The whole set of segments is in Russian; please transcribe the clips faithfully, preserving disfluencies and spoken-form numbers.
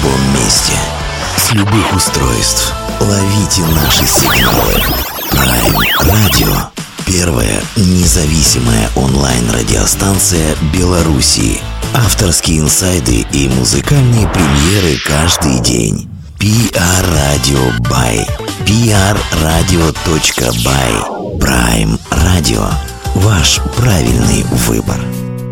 любом месте, с любых устройств. Ловите наши сигналы. Prime Radio. Первая независимая онлайн-радиостанция Беларуси. Авторские инсайды и музыкальные премьеры каждый день. пи ар Radio by пи ар радио точка бай. Prime Radio. Ваш правильный выбор.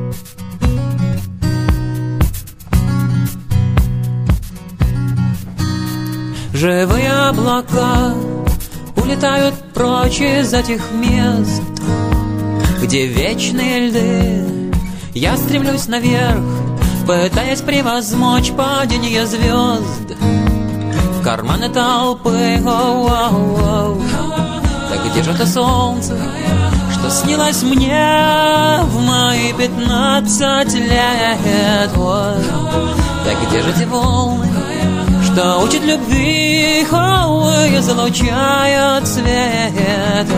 Живые облака улетают прочь из этих мест, где вечные льды. Я стремлусь наверх, пытаясь превозмочь падение звезд. В карманы толпы, оу-оу-оу. Так где же то солнце, что снилось мне в мои пятнадцать лет? Вот. Так где же те волны, что учит любви, оу, и излучают свет?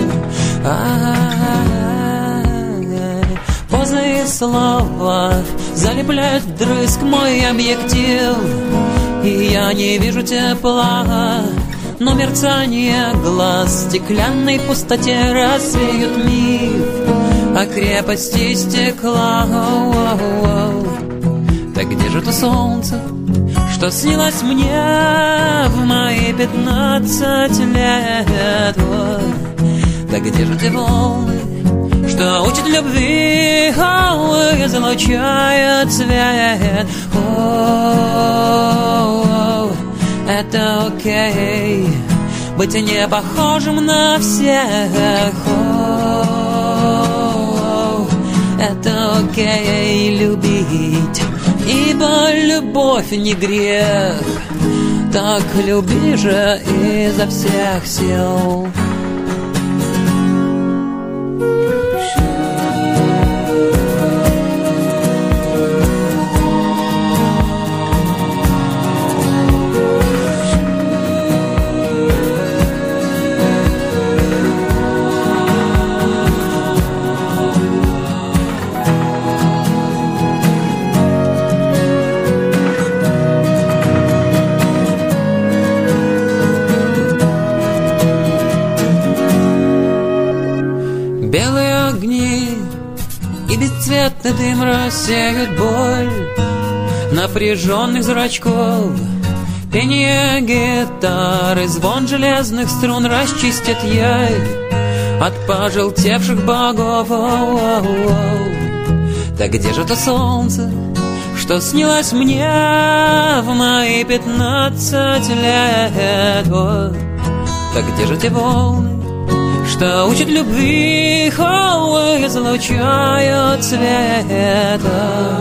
Позы и слова залепляют вдрызг мой объектив, и я не вижу тепла, но мерцание глаз в стеклянной пустоте развеют миф о крепости стекла. Оу-оу-оу. Так где же то солнце, что снилось мне в мои пятнадцать лет? Вот. Так где же те волны, что учат любви, оу, и излучают свет? О-о-о, это окей, быть не похожим на всех. О-о-о, это окей, любить, ибо любовь не грех. Так люби же изо всех сил. Бесцветный дым рассеют боль напряженных зрачков. Пение гитары, звон железных струн расчистит явь от пожелтевших богов. Оу-оу-оу. Так где же то солнце, что снилось мне в мои пятнадцать лет? О, так где же те волны, что учат любви, оу, излучают света?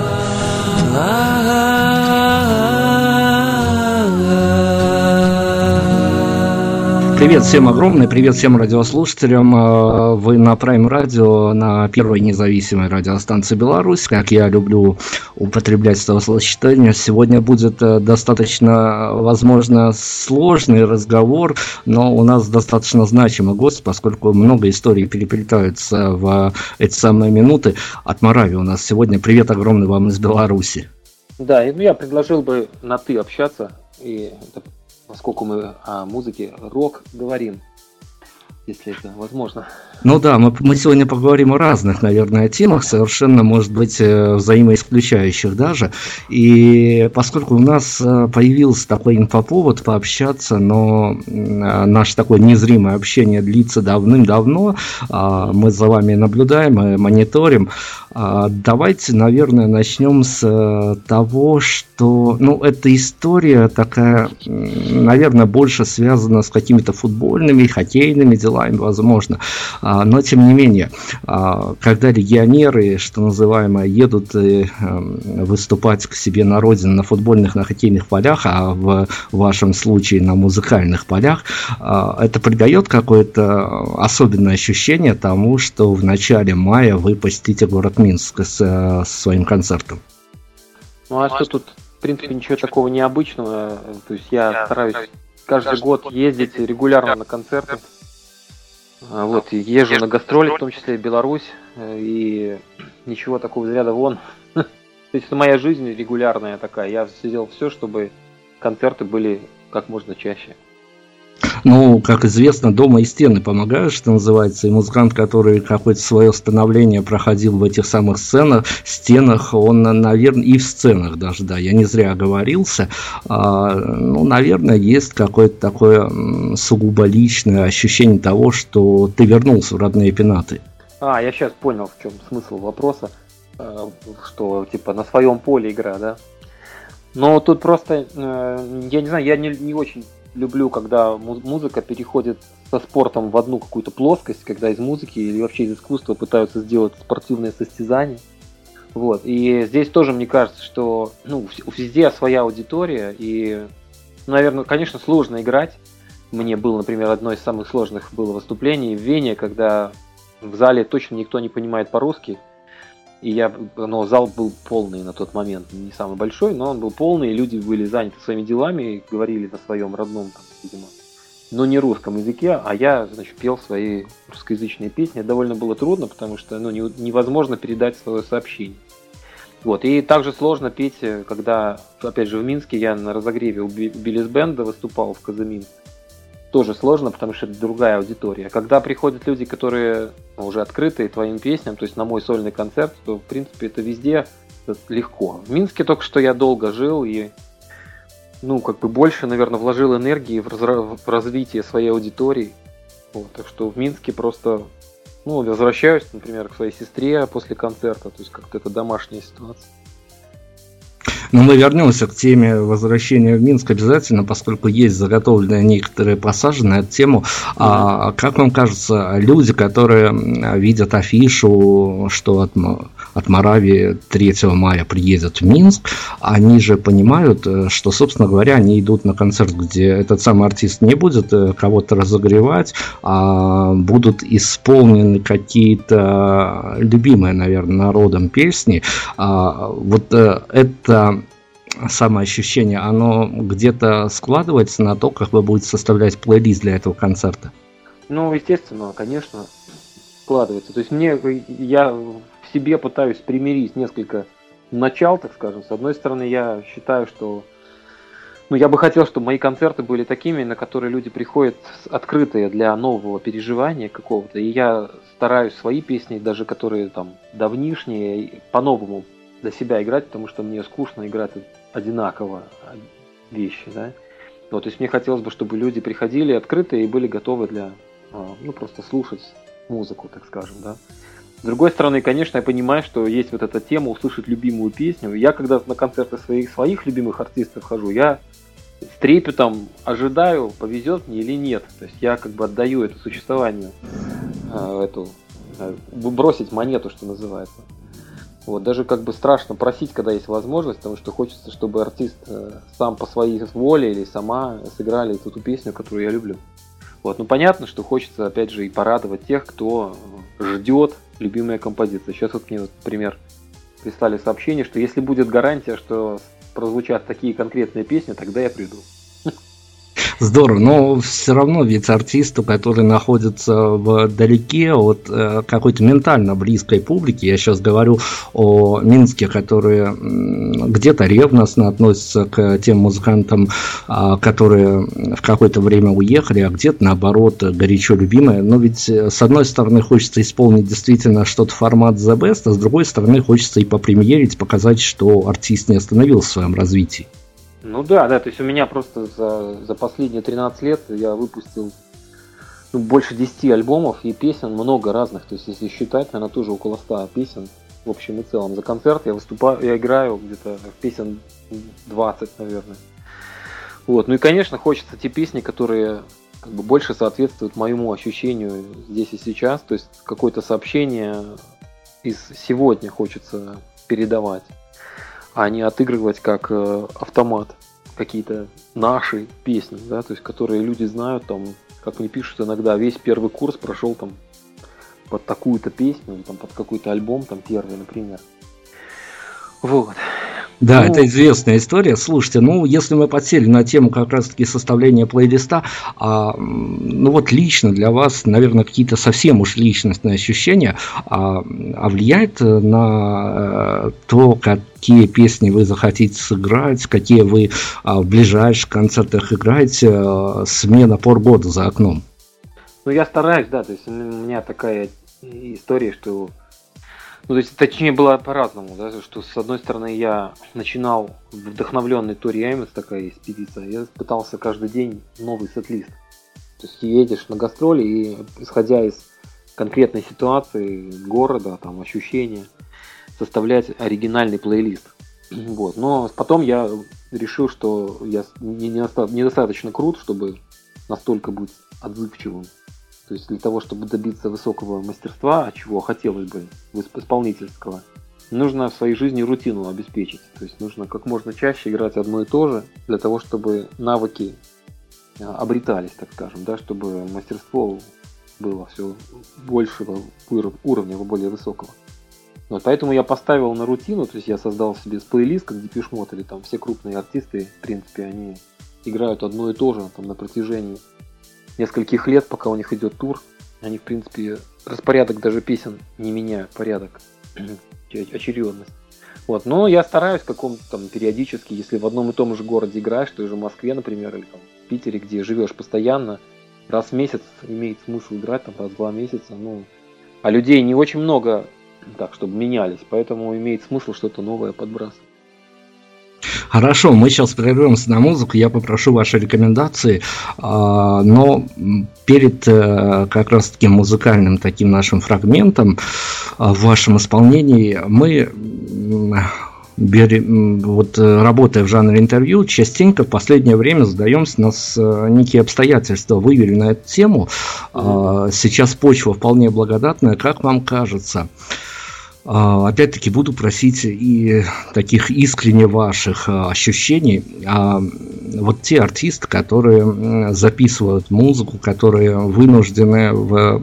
Привет всем огромный, привет всем радиослушателям. Вы на Prime Radio, на первой независимой радиостанции Беларусь. Как я люблю употреблять словосочетание, сегодня будет достаточно, возможно, сложный разговор, но у нас достаточно значимый гость, поскольку много историй переплетаются в эти самые минуты. От Моравии у нас сегодня. Привет огромный вам из Беларуси. Да, я предложил бы на «ты» общаться, и поскольку мы о музыке рок говорим, если это возможно. Ну да, мы, мы сегодня поговорим о разных, наверное, темах, совершенно, может быть, взаимоисключающих даже. И поскольку у нас появился такой инфоповод пообщаться, но наше такое незримое общение длится давным-давно, мы за вами наблюдаем и мониторим. Давайте, наверное, начнем с того, что, ну, эта история такая, наверное, больше связана с какими-то футбольными, хоккейными делами, возможно. Но, тем не менее, когда легионеры, что называемо, едут выступать к себе на родину на футбольных, на хоккейных полях, а в вашем случае на музыкальных полях, это придает какое-то особенное ощущение тому, что в начале мая вы посетите город Минск с, со своим концертом. Ну а что тут, в принципе, ничего такого необычного. То есть я стараюсь каждый год ездить регулярно на концерты. Вот, и езжу на гастроли, в том числе и в Беларусь, и ничего такого из ряда вон. То есть это моя жизнь регулярная такая. Я сделал все, чтобы концерты были как можно чаще. Ну, как известно, дома и стены помогают, что называется, и музыкант, который какое-то свое становление проходил в этих самых сценах, стенах, он, наверное, и в сценах даже, да, я не зря оговорился, а, ну, наверное, есть какое-то такое сугубо личное ощущение того, что ты вернулся в родные пенаты. А, я сейчас понял, в чем смысл вопроса, что, типа, на своем поле игра, да? Но тут просто, я не знаю, я не, не очень... люблю, когда музыка переходит со спортом в одну какую-то плоскость, когда из музыки или вообще из искусства пытаются сделать спортивное состязание. Вот. И здесь тоже мне кажется, что ну, везде своя аудитория, и, наверное, конечно, сложно играть. Мне было, например, одно из самых сложных было выступлений в Вене, когда в зале точно никто не понимает по-русски. И я, но зал был полный на тот момент, не самый большой, но он был полный, и люди были заняты своими делами и говорили на своем родном, там, видимо, но не русском языке, а я, значит, пел свои русскоязычные песни. Это довольно было трудно, потому что ну, невозможно передать свое сообщение. Вот. И также сложно петь, когда, опять же, в Минске я на разогреве у Биллис-бенда выступал в Казаминске. Тоже сложно, потому что это другая аудитория. Когда приходят люди, которые уже открытые твоим песням, то есть на мой сольный концерт, то, в принципе, это везде легко. В Минске только что я долго жил и, ну, как бы больше, наверное, вложил энергии в, разра- в развитие своей аудитории. Вот, так что в Минске просто, ну, возвращаюсь, например, к своей сестре после концерта, то есть как-то это домашняя ситуация. Но мы вернемся к теме возвращения в Минск обязательно, поскольку есть заготовленные некоторые пассажи на эту тему. А как вам кажется, люди, которые видят афишу, что от, от Моравии третьего мая приедут в Минск, они же понимают, что, собственно говоря, они идут на концерт, где этот самый артист не будет кого-то разогревать, а будут исполнены какие-то любимые, наверное, народом песни. А вот это самоощущение, оно где-то складывается на то, как вы будете составлять плейлист для этого концерта? Ну, естественно, конечно, складывается. То есть мне, я в себе пытаюсь примирить несколько начал, так скажем. С одной стороны, я считаю, что ну, я бы хотел, чтобы мои концерты были такими, на которые люди приходят открытые для нового переживания какого-то. И я стараюсь свои песни, даже которые там давнишние, по-новому для себя играть, потому что мне скучно играть одинаково вещи, да. Вот, то есть мне хотелось бы, чтобы люди приходили открытые и были готовы для, ну, просто слушать музыку, так скажем, да. С другой стороны, конечно, я понимаю, что есть вот эта тема услышать любимую песню. Я, когда на концерты своих, своих любимых артистов хожу, я с трепетом ожидаю, повезет мне или нет. То есть я как бы отдаю это существованию, эту, бросить монету, что называется. Вот, даже как бы страшно просить, когда есть возможность, потому что хочется, чтобы артист э, сам по своей воле или сама сыграли эту, эту песню, которую я люблю. Вот, ну понятно, что хочется, опять же, и порадовать тех, кто ждет любимые композиции. Сейчас вот мне, например, прислали сообщение, что если будет гарантия, что прозвучат такие конкретные песни, тогда я приду. Здорово, но все равно ведь артисту, который находится вдалеке от э, какой-то ментально близкой публики, я сейчас говорю о Минске, которые где-то ревностно относятся к тем музыкантам, э, которые в какое-то время уехали, а где-то наоборот горячо любимые. Но ведь с одной стороны хочется исполнить действительно что-то формат The Best, а с другой стороны хочется и попремьерить, показать, что артист не остановился в своем развитии. Ну да, да, то есть у меня просто за, за последние тринадцать лет я выпустил ну, больше десяти альбомов и песен много разных. То есть если считать, наверное, тоже около ста песен в общем и целом. За концерт я выступаю, я играю где-то песен двадцать, наверное. Вот, ну и конечно хочется те песни, которые как бы больше соответствуют моему ощущению здесь и сейчас. То есть какое-то сообщение из сегодня хочется передавать, а не отыгрывать как э, автомат какие-то наши песни, да, то есть которые люди знают, там, как мне пишут иногда, весь первый курс прошел там под такую-то песню, или там под какой-то альбом, там первый, например. Вот. Да, ну, это известная история. Слушайте, ну, если мы подсели на тему как раз-таки составления плейлиста, а, ну вот лично для вас, наверное, какие-то совсем уж личностные ощущения, а, а влияет на то, как какие песни вы захотите сыграть, какие вы а, в ближайших концертах играете, а, смена пор-года за окном. Ну, я стараюсь, да, то есть у меня такая история, что... Ну, то есть, точнее, было по-разному, да, что, с одной стороны, я начинал вдохновленный Тори Эймос, такая есть певица, я пытался каждый день новый сет-лист. То есть, едешь на гастроли и, исходя из конкретной ситуации, города, там, ощущения, составлять оригинальный плейлист. Вот. Но потом я решил, что я недостаточно крут, чтобы настолько быть отзывчивым. То есть для того, чтобы добиться высокого мастерства, чего хотелось бы, исполнительского, нужно в своей жизни рутину обеспечить. То есть нужно как можно чаще играть одно и то же, для того, чтобы навыки обретались, так скажем, да, чтобы мастерство было все большего уровня, более высокого. Вот, поэтому я поставил на рутину, то есть я создал себе плейлист, как Depeche Mode, или там все крупные артисты, в принципе, они играют одно и то же там, на протяжении нескольких лет, пока у них идет тур. Они, в принципе, распорядок даже песен не меняют, порядок, очередность. Вот. Но я стараюсь в каком-то там периодически, если в одном и том же городе играешь, в той же Москве, например, или там, в Питере, где живешь постоянно, раз в месяц имеет смысл играть, там, раз в два месяца. Ну, а людей не очень много, так, чтобы менялись, поэтому имеет смысл что-то новое подбрасывать. Хорошо, мы сейчас прервемся на музыку, я попрошу ваши рекомендации, но перед как раз таки музыкальным таким нашим фрагментом в вашем исполнении мы, вот, работая в жанре интервью, частенько в последнее время задаемся, нас некие обстоятельства вывели на эту тему. Сейчас почва вполне благодатная, как вам кажется? Опять-таки буду просить и таких искренне ваших ощущений. Вот те артисты, которые записывают музыку, которые вынуждены в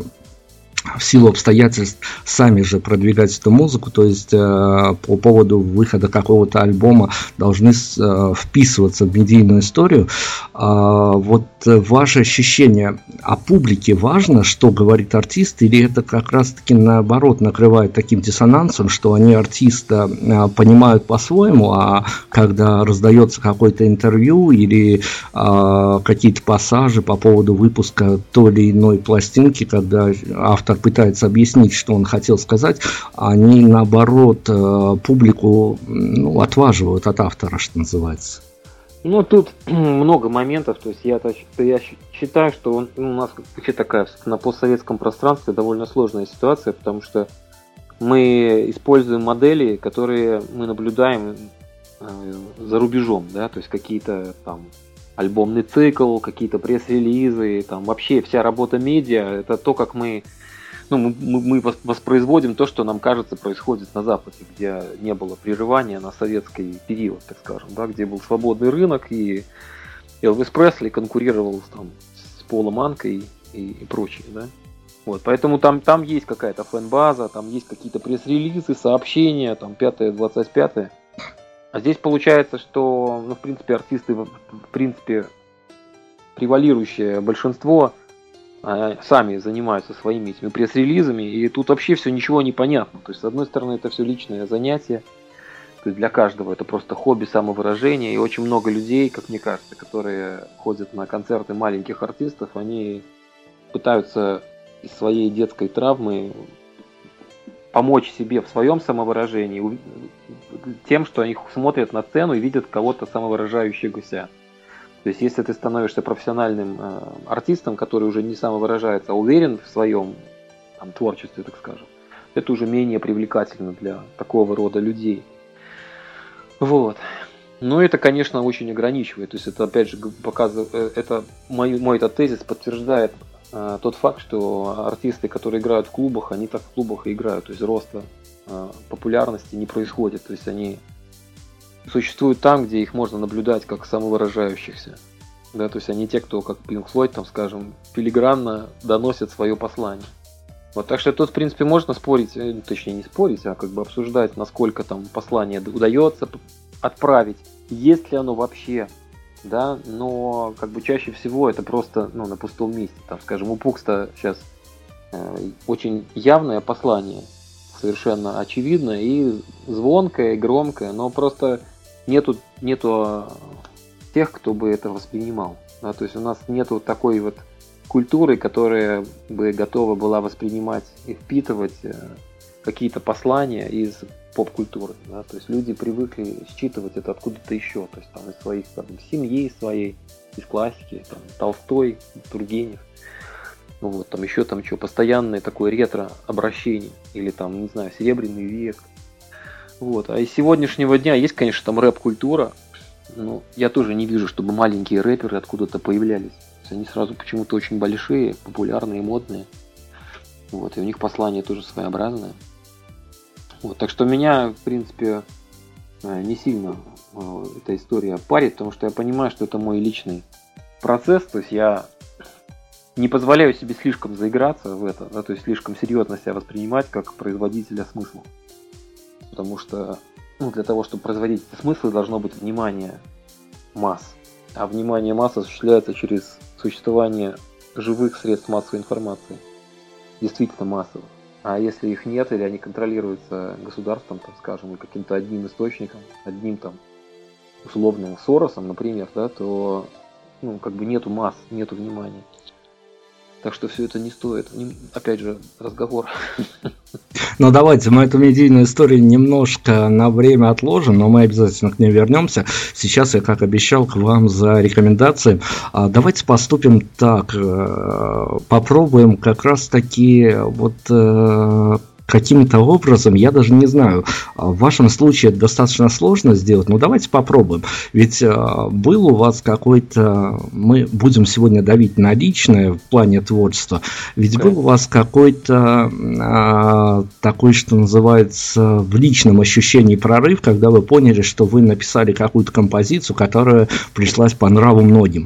в силу обстоятельств сами же продвигать эту музыку, то есть э, по поводу выхода какого-то альбома должны э, вписываться в медийную историю. А, вот ваше ощущение о публике важно, что говорит артист, или это как раз-таки наоборот накрывает таким диссонансом, что они артиста э, понимают по-своему, а когда раздается какое-то интервью или э, какие-то пассажи по поводу выпуска той или иной пластинки, когда автор пытается объяснить, что он хотел сказать, они, наоборот, публику, ну, отваживают от автора, что называется. Ну, тут много моментов. То есть я, я считаю, что он, ну, у нас вообще такая на постсоветском пространстве довольно сложная ситуация, потому что мы используем модели, которые мы наблюдаем за рубежом, да, то есть какие-то там альбомный цикл, какие-то пресс-релизы, там вообще вся работа медиа, это то, как мы Ну, мы, мы воспроизводим то, что нам кажется происходит на Западе, где не было прерывания на советский период, так скажем, да, где был свободный рынок, и Элвис Пресли конкурировал там с Полом Анкой и, и прочее, да. Вот, поэтому там, там есть какая-то фэн-база, там есть какие-то пресс-релизы, сообщения, там пятое, двадцать пятое. А здесь получается, что, ну, в принципе, артисты, в принципе, превалирующее большинство сами занимаются своими этими пресс-релизами, и тут вообще все ничего не понятно. То есть, с одной стороны, это все личное занятие, то есть для каждого это просто хобби, самовыражение, и очень много людей, как мне кажется, которые ходят на концерты маленьких артистов, они пытаются из своей детской травмы помочь себе в своем самовыражении тем, что они смотрят на сцену и видят кого-то самовыражающегося. То есть, если ты становишься профессиональным э, артистом, который уже не самовыражается, а уверен в своем там, творчестве, так скажем, это уже менее привлекательно для такого рода людей. Вот. Но это, конечно, очень ограничивает. То есть, это, опять же, показывает, это мой, мой этот тезис подтверждает э, тот факт, что артисты, которые играют в клубах, они так в клубах и играют. То есть, роста э, популярности не происходит. То есть, они существуют там, где их можно наблюдать как самовыражающихся. Да, то есть они те, кто, как Pink Floyd, там, скажем, филигранно доносят свое послание. Вот, так что тут, в принципе, можно спорить, точнее не спорить, а как бы обсуждать, насколько там послание удается отправить, есть ли оно вообще, да, но как бы чаще всего это просто, ну, на пустом месте. Там, скажем, у Пукста сейчас э, очень явное послание совершенно очевидно и звонкое, и громкое, но просто нету, нету тех, кто бы это воспринимал. Да, то есть у нас нету такой вот культуры, которая бы готова была воспринимать и впитывать какие-то послания из поп-культуры. Да, то есть люди привыкли считывать это откуда-то еще, то есть там из своих там, семьи своей, из классики, там, Толстой, Тургенев. Ну вот, там еще там что, постоянное такое ретро-обращение, или там, не знаю, Серебряный век. Вот, а из сегодняшнего дня есть, конечно, там рэп-культура, но я тоже не вижу, чтобы маленькие рэперы откуда-то появлялись. То есть они сразу почему-то очень большие, популярные, модные. Вот, и у них послание тоже своеобразное. Вот, так что меня, в принципе, не сильно эта история парит, потому что я понимаю, что это мой личный процесс, то есть я не позволяю себе слишком заиграться в это, да, то есть слишком серьезно себя воспринимать как производителя смысла. Потому что ну, для того, чтобы производить эти смыслы, должно быть внимание масс. А внимание масс осуществляется через существование живых средств массовой информации. Действительно массовых. А если их нет, или они контролируются государством, там, скажем, или каким-то одним источником, одним там условным Соросом, например, да, то ну, как бы нету масс, нету внимания. Так что все это не стоит. Опять же, разговор. Ну давайте мы эту медийную историю немножко на время отложим, но мы обязательно к ней вернемся. Сейчас я, как обещал, к вам за рекомендации. Давайте поступим так. Попробуем как раз таки вот каким-то образом, я даже не знаю, в вашем случае это достаточно сложно сделать, но давайте попробуем. Ведь был у вас какой-то, мы будем сегодня давить на личное в плане творчества, ведь okay. был у вас какой-то а, такой, что называется, в личном ощущении прорыв, когда вы поняли, что вы написали какую-то композицию, которая пришлась по нраву многим.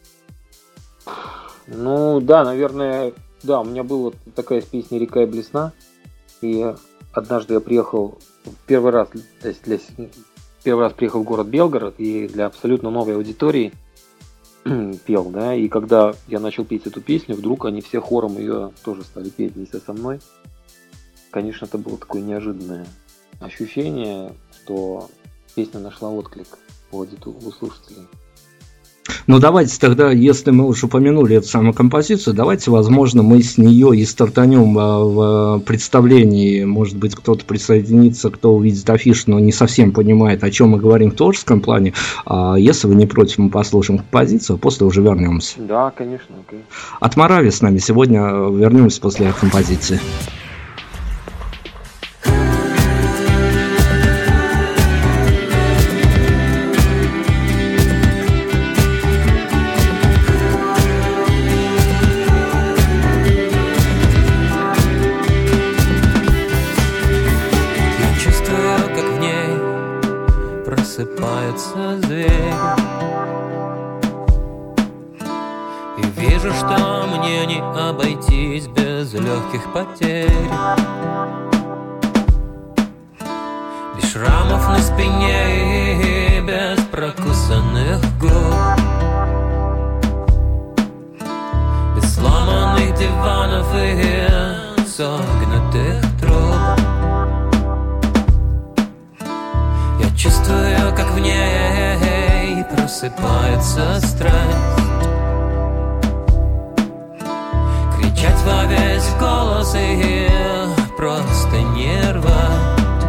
Ну да, наверное, да, у меня была такая песня «Река и блесна». И однажды я приехал первый раз, то есть для, первый раз приехал в город Белгород и для абсолютно новой аудитории пел, да, и когда я начал петь эту песню, вдруг они все хором ее тоже стали петь вместе со мной. Конечно, это было такое неожиданное ощущение, что песня нашла отклик у слушателей. Ну давайте тогда, если мы уже упомянули эту самую композицию, давайте, возможно, мы с нее и стартанем в представлении. Может быть, кто-то присоединится, кто увидит афишу, но не совсем понимает, о чем мы говорим в творческом плане. Если вы не против, мы послушаем композицию, а после уже вернемся. Да, конечно. Okay. От Моравии с нами сегодня, вернемся после композиции. Просыпается зверь, и вижу, что мне не обойтись без легких потерь, без шрамов на спине и без прокусанных губ, без сломанных диванов и согнутых труб. Чувствую, как в ней просыпается страсть, кричать во весь голос и просто не рвать.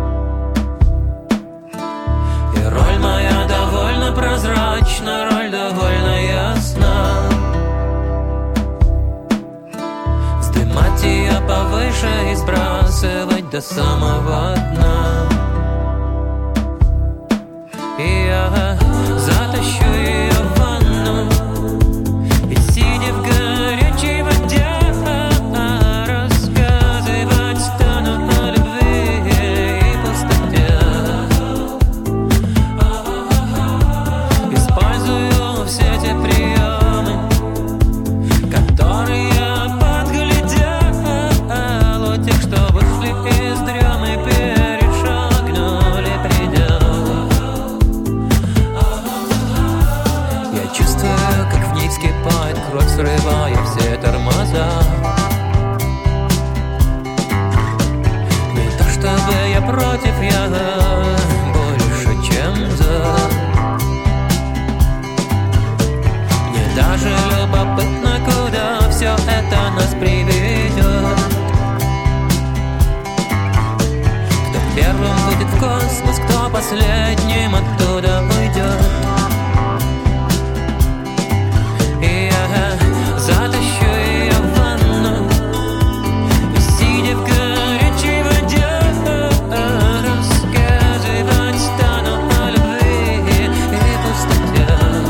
И роль моя довольно прозрачна, роль довольно ясна. Вздымать ее повыше и сбрасывать до самого дна. И я затащу ее в ванну и, сидя в горячей воде, рассказывать стану о любви и пустоте. Использую все те приемы, которые я подглядел у тех, что вышли из дремы, перешагнули предел. временем оттуда уйдет. И я затащу ее в ванну, и сидя в горячей воде, рассказывать стану о любви и пустоте.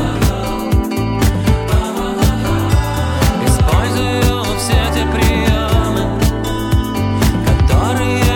Использую все те приемы, которые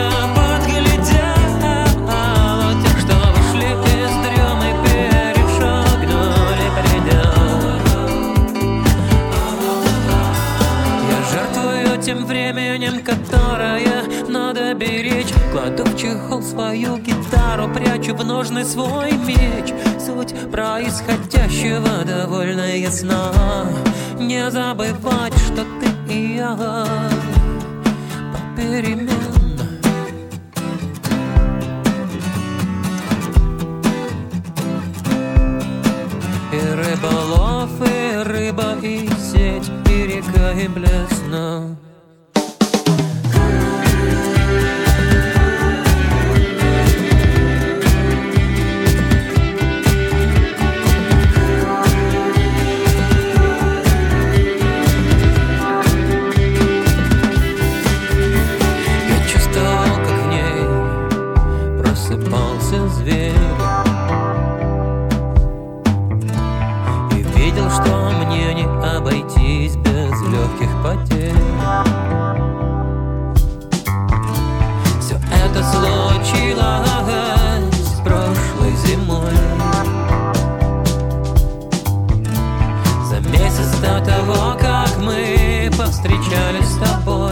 тем временем, которое надо беречь. Кладу в чехол свою гитару, прячу в ножны свой меч. Суть происходящего довольно ясна. Не забывать, что ты и я попеременно. И рыболов, и рыба, и сеть, и река, и блесна. Зверь, и видел, что мне не обойтись без легких потерь. Все это случилось прошлой зимой, за месяц до того, как мы повстречались с тобой.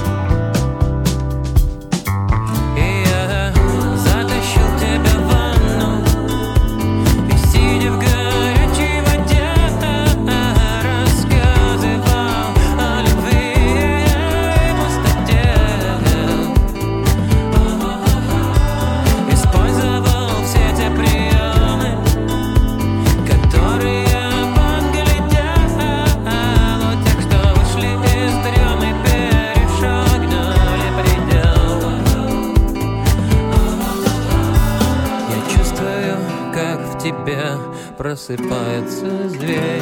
Просыпается зверь,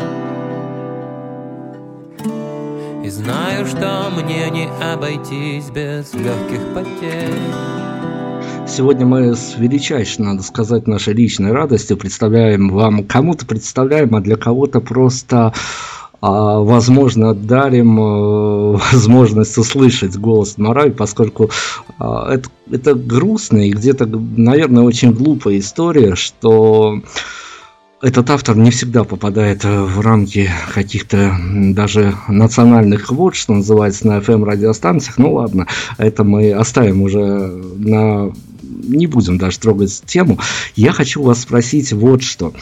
и знаю, что мне не обойтись без легких потерь. Сегодня мы с величайшей, надо сказать, нашей личной радостью представляем вам, кому-то представляем, а для кого-то просто, возможно, дарим возможность услышать голос Марави, поскольку это, это грустная и где-то, наверное, очень глупая история, что этот автор не всегда попадает в рамки каких-то даже национальных квот, что называется, на эф эм радиостанциях. Ну ладно, это мы оставим уже на... Не будем даже трогать тему. Я хочу вас спросить вот что.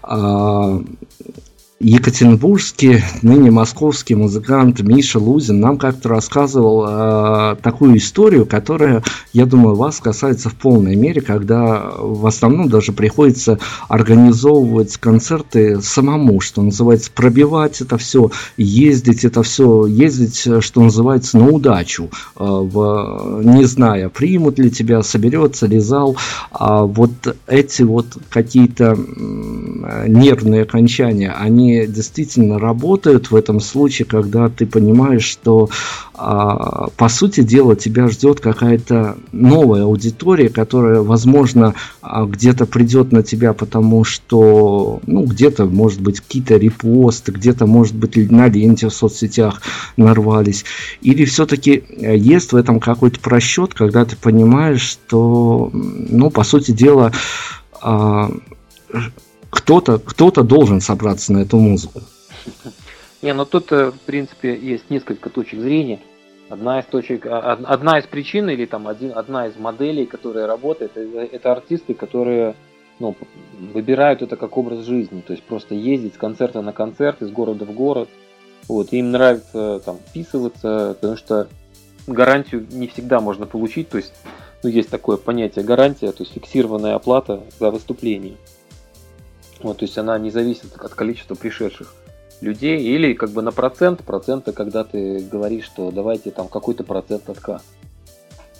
Екатеринбургский, ныне московский музыкант Миша Лузин нам как-то рассказывал э, такую историю, которая, я думаю, вас касается в полной мере, когда в основном даже приходится организовывать концерты самому, что называется, пробивать это все, ездить это все, ездить, что называется, на удачу, э, в, не зная, примут ли тебя, соберется ли зал, а вот эти вот какие-то э, нервные окончания, они действительно работают в этом случае, когда ты понимаешь, что а, по сути дела тебя ждет какая-то новая аудитория, которая, возможно, где-то придет на тебя, потому что, ну, где-то, может быть, какие-то репосты, где-то, может быть, на ленте в соцсетях нарвались, или все-таки есть в этом какой-то просчет, когда ты понимаешь, что, ну, по сути дела, а, Кто-то, кто-то должен собраться на эту музыку. Не, ну тут, в принципе, есть несколько точек зрения. Одна из точек, одна из причин или там один, одна из моделей, которая работает, это, это артисты, которые, ну, выбирают это как образ жизни. То есть просто ездить с концерта на концерт, из города в город. Вот, и им нравится там вписываться, потому что гарантию не всегда можно получить. То есть, ну, есть такое понятие гарантия, то есть фиксированная оплата за выступление. Вот, то есть она не зависит от количества пришедших людей, или как бы на процент, проценты, когда ты говоришь, что давайте там какой-то процент отказ.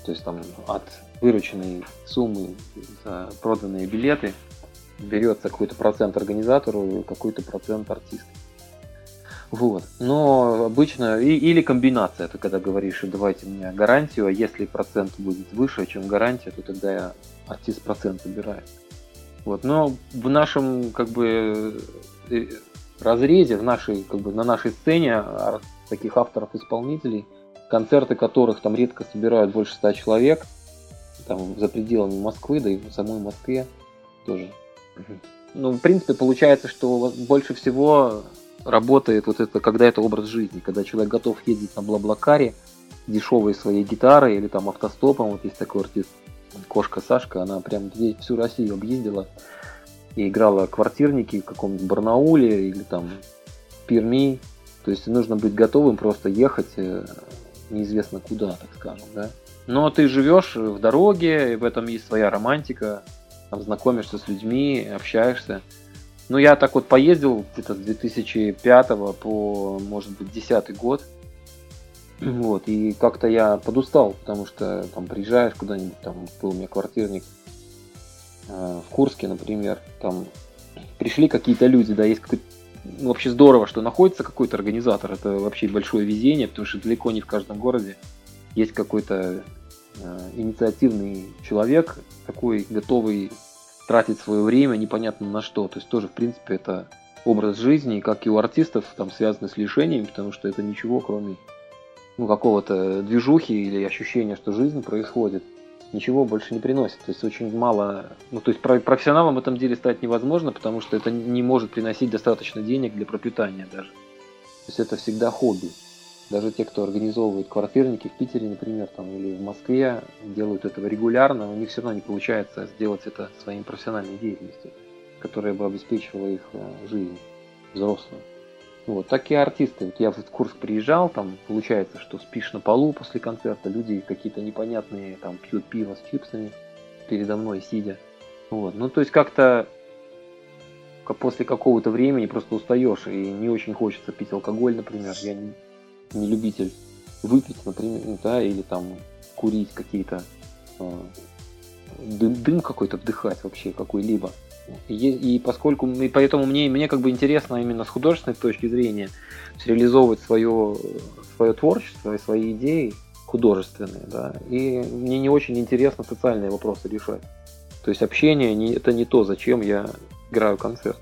То есть там от вырученной суммы за проданные билеты берется какой-то процент организатору и какой-то процент артисту. Вот. Но обычно, и, или комбинация, ты когда говоришь, давайте мне гарантию, а если процент будет выше, чем гарантия, то тогда я артист процент забирает. Вот. Но в нашем как бы разрезе, в нашей, как бы, на нашей сцене таких авторов-исполнителей, концерты которых там редко собирают больше ста человек, там за пределами Москвы, да и в самой Москве тоже. Ну, в принципе, получается, что больше всего работает вот это, когда это образ жизни, когда человек готов ездить на Блаблакаре, дешевой своей гитарой или там автостопом. Вот есть такой артист Кошка Сашка, она прям всю Россию объездила и играла квартирники в каком-нибудь Барнауле или там Перми. То есть нужно быть готовым просто ехать неизвестно куда, так скажем, да. Но ты живешь в дороге, и в этом есть своя романтика, там знакомишься с людьми, общаешься. Ну, я так вот поездил где-то с две тысячи пятого по, может быть, две тысячи десятый год. Вот, и как-то я подустал, потому что там приезжаешь куда-нибудь, там был у меня квартирник э, в Курске, например, там пришли какие-то люди, да, есть какой-то, ну, вообще здорово, что находится какой-то организатор, это вообще большое везение, потому что далеко не в каждом городе есть какой-то э, инициативный человек, такой готовый тратить свое время непонятно на что. То есть тоже, в принципе, это образ жизни, как и у артистов, там связаны с лишениями, потому что это ничего, кроме ну, какого-то движухи или ощущения, что жизнь происходит, ничего больше не приносит. То есть очень мало... Ну, то есть профессионалом в этом деле стать невозможно, потому что это не может приносить достаточно денег для пропитания даже. То есть это всегда хобби. Даже те, кто организовывает квартирники в Питере, например, там, или в Москве, делают этого регулярно, у них все равно не получается сделать это своей профессиональной деятельностью, которая бы обеспечивала их жизнь взрослую. Вот, так и артисты. Вот я в этот Курск приезжал, там получается, что спишь на полу после концерта, люди какие-то непонятные, там пьют пиво с чипсами передо мной сидя. Вот. Ну, то есть как-то после какого-то времени просто устаешь и не очень хочется пить алкоголь, например. Я не не любитель выпить, например, да, или там курить какие-то э, дым, дым какой-то вдыхать вообще какой-либо. И, и поскольку, и поэтому мне, мне как бы интересно именно с художественной точки зрения реализовывать свое, свое творчество и свои идеи художественные, да, и мне не очень интересно социальные вопросы решать. То есть общение не, это не то, зачем я играю концерт.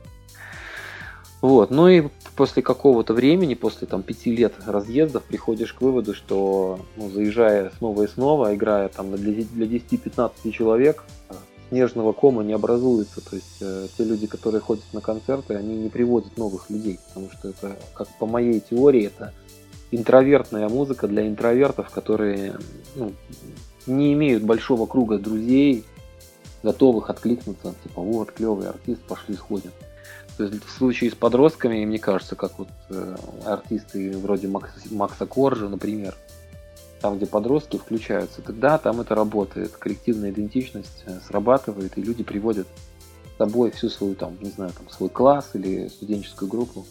Вот, ну и после какого-то времени, после там пяти лет разъездов, приходишь к выводу, что ну, заезжая снова и снова, играя там для, для десяти-пятнадцати человек, снежного кома не образуется. То есть э, те люди, которые ходят на концерты, они не приводят новых людей, потому что это, как по моей теории, это интровертная музыка для интровертов, которые ну, не имеют большого круга друзей, готовых откликнуться, типа вот клевый артист, пошли сходим. То есть в случае с подростками, мне кажется, как вот э, артисты вроде Макс, Макса Коржа, например, там, где подростки включаются, тогда там это работает, коллективная идентичность срабатывает, и люди приводят с собой всю свою, там, не знаю, там, свой класс или студенческую группу.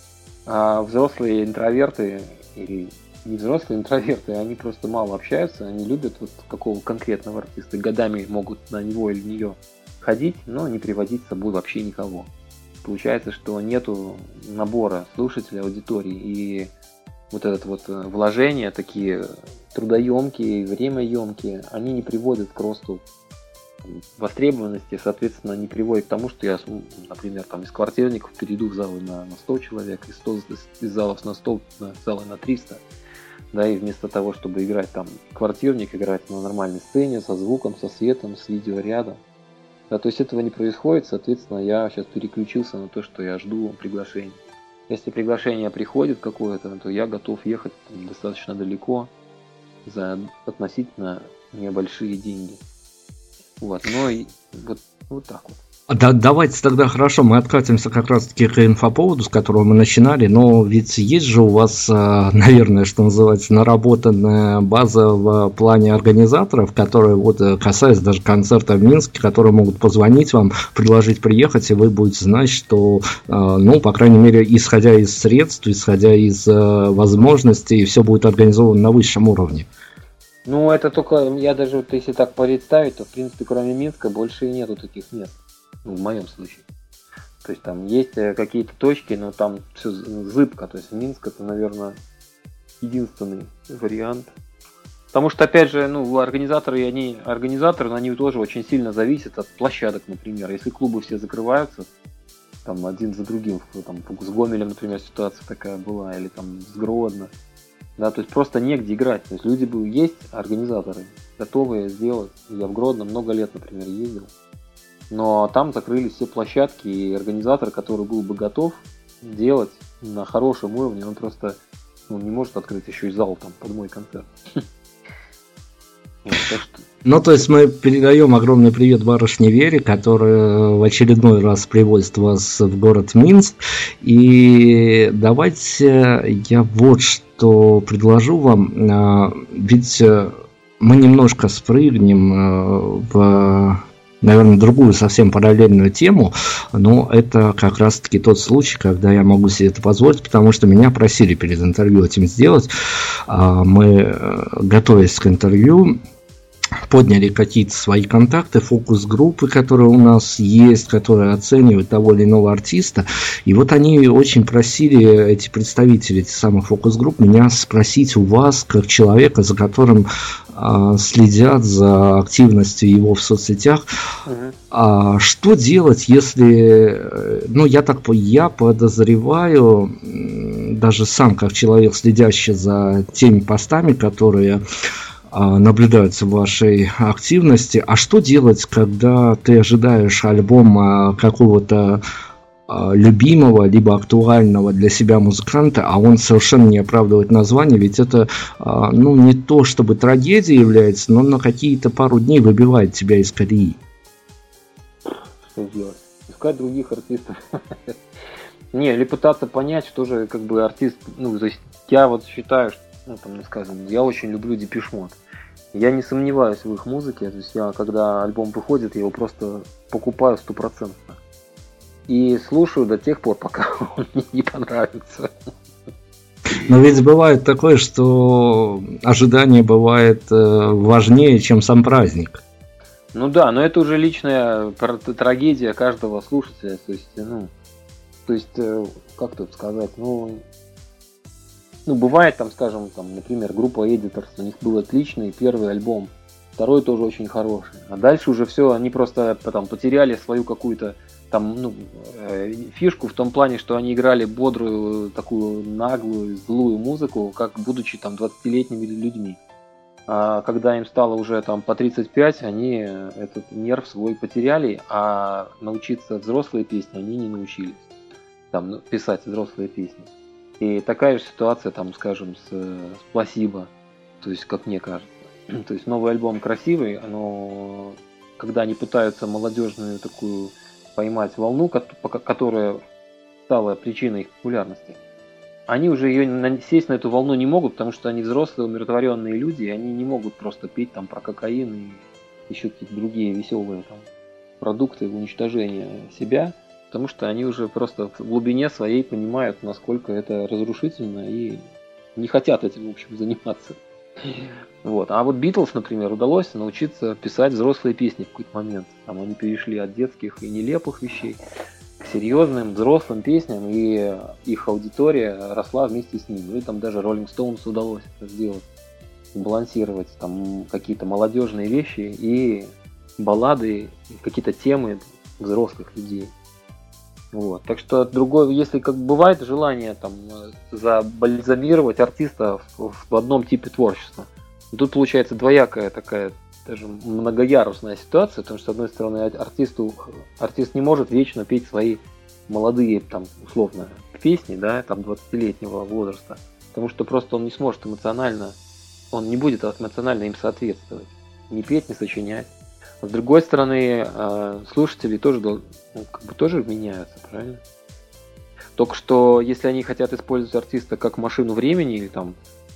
А взрослые интроверты, или не взрослые интроверты, они просто мало общаются, они любят вот какого конкретного артиста, годами могут на него или нее ходить, но не приводить с собой вообще никого. Получается, что нету набора слушателей, аудитории, и вот это вот вложения такие трудоемкие, времяемкие, они не приводят к росту востребованности, соответственно, не приводят к тому, что я, например, там из квартирников перейду в залы на, на сто человек, из, сто, из залов на сто, на залы на триста, да, и вместо того, чтобы играть там квартирник, играть на нормальной сцене, со звуком, со светом, с видеорядом. Да, то есть этого не происходит, соответственно, я сейчас переключился на то, что я жду приглашений. Если приглашение приходит какое-то, то я готов ехать там, достаточно далеко за относительно небольшие деньги. Вот, но и вот, вот так вот. Да, давайте тогда, хорошо, мы откатимся как раз-таки к инфоповоду, с которого мы начинали, но ведь есть же у вас, наверное, что называется, наработанная база в плане организаторов, которые, вот, касаясь даже концерта в Минске, которые могут позвонить вам, предложить приехать, и вы будете знать, что, ну, по крайней мере, исходя из средств, исходя из возможностей, все будет организовано на высшем уровне. Ну, это только, я даже вот если так представить, то в принципе кроме Минска больше и нету таких мест. Ну, в моем случае. То есть там есть какие-то точки, но там все зыбко. То есть Минск это, наверное, единственный вариант. Потому что, опять же, ну, организаторы, они, организаторы, они тоже очень сильно зависят от площадок, например. Если клубы все закрываются, там один за другим, там с Гомелем, например, ситуация такая была, или там с Гродно. Да, то есть просто негде играть. То есть люди были, есть организаторы, готовые сделать. Я в Гродно много лет, например, ездил. Но там закрылись все площадки, и организатор, который был бы готов делать на хорошем уровне, он просто ну, не может открыть еще и зал там под мой концерт. Ну, то есть мы передаем огромный привет барышне Вере, которая в очередной раз привозит вас в город Минск. И давайте я вот что предложу вам. Ведь мы немножко спрыгнем в, наверное, другую совсем параллельную тему, но это как раз-таки тот случай, когда я могу себе это позволить, потому что меня просили перед интервью этим сделать. Мы, готовясь к интервью, подняли какие-то свои контакты, фокус-группы, которые у нас есть, которые оценивают того или иного артиста. И вот они очень просили, эти представители этих самых фокус-групп, меня спросить у вас, как человека, за которым а, следят за активностью его в соцсетях, uh-huh. а, что делать, если, ну, я так я подозреваю, даже сам как человек, следящий за теми постами, которые наблюдаются в вашей активности. А что делать, когда ты ожидаешь альбом какого-то любимого, либо актуального для себя музыканта, а он совершенно не оправдывает название, ведь это, ну, не то чтобы трагедия является, но на какие-то пару дней выбивает тебя из колеи. Что делать? Искать других артистов. Не, или пытаться понять, что же как бы артист, ну, то есть я вот считаю, что ну, там, скажем, я очень люблю Депеш Мод. Я не сомневаюсь в их музыке, то есть я, когда альбом выходит, я его просто покупаю стопроцентно. И слушаю до тех пор, пока он мне не понравится. Но ведь бывает такое, что ожидание бывает важнее, чем сам праздник. Ну да, но это уже личная трагедия каждого слушателя. То есть, ну, то есть, как тут сказать, ну... Ну, бывает там, скажем, там, например, группа Editors, у них был отличный первый альбом, второй тоже очень хороший. А дальше уже все, они просто потом потеряли свою какую-то там, ну, э, фишку в том плане, что они играли бодрую, такую наглую, злую музыку, как будучи там двадцатилетними людьми. А когда им стало уже там по тридцать пять, они этот нерв свой потеряли, а научиться взрослые песни они не научились. Там, писать взрослые песни. И такая же ситуация, там, скажем, с, с Placebo, то есть, как мне кажется. То есть новый альбом красивый, но когда они пытаются молодежную такую поймать волну, которая стала причиной их популярности, они уже ее сесть на эту волну не могут, потому что они взрослые, умиротворенные люди, и они не могут просто петь там про кокаин и еще какие-то другие веселые там продукты уничтожения себя. Потому что они уже просто в глубине своей понимают, насколько это разрушительно, и не хотят этим, в общем, заниматься. Вот. А вот Битлз, например, удалось научиться писать взрослые песни в какой-то момент. Там они перешли от детских и нелепых вещей к серьезным взрослым песням, и их аудитория росла вместе с ними. И там даже Rolling Stones удалось это сделать, балансировать там какие-то молодежные вещи и баллады, какие-то темы взрослых людей. Вот. Так что другое, если как бывает желание там забальзамировать артиста в, в одном типе творчества, тут получается двоякая такая даже многоярусная ситуация, потому что с одной стороны артисту, артист не может вечно петь свои молодые там условно песни, да, там двадцатилетнего возраста, потому что просто он не сможет эмоционально, он не будет эмоционально им соответствовать, не петь, не сочинять. А с другой стороны, слушатели тоже, ну, как бы тоже меняются, правильно? Только что, если они хотят использовать артиста как машину времени или там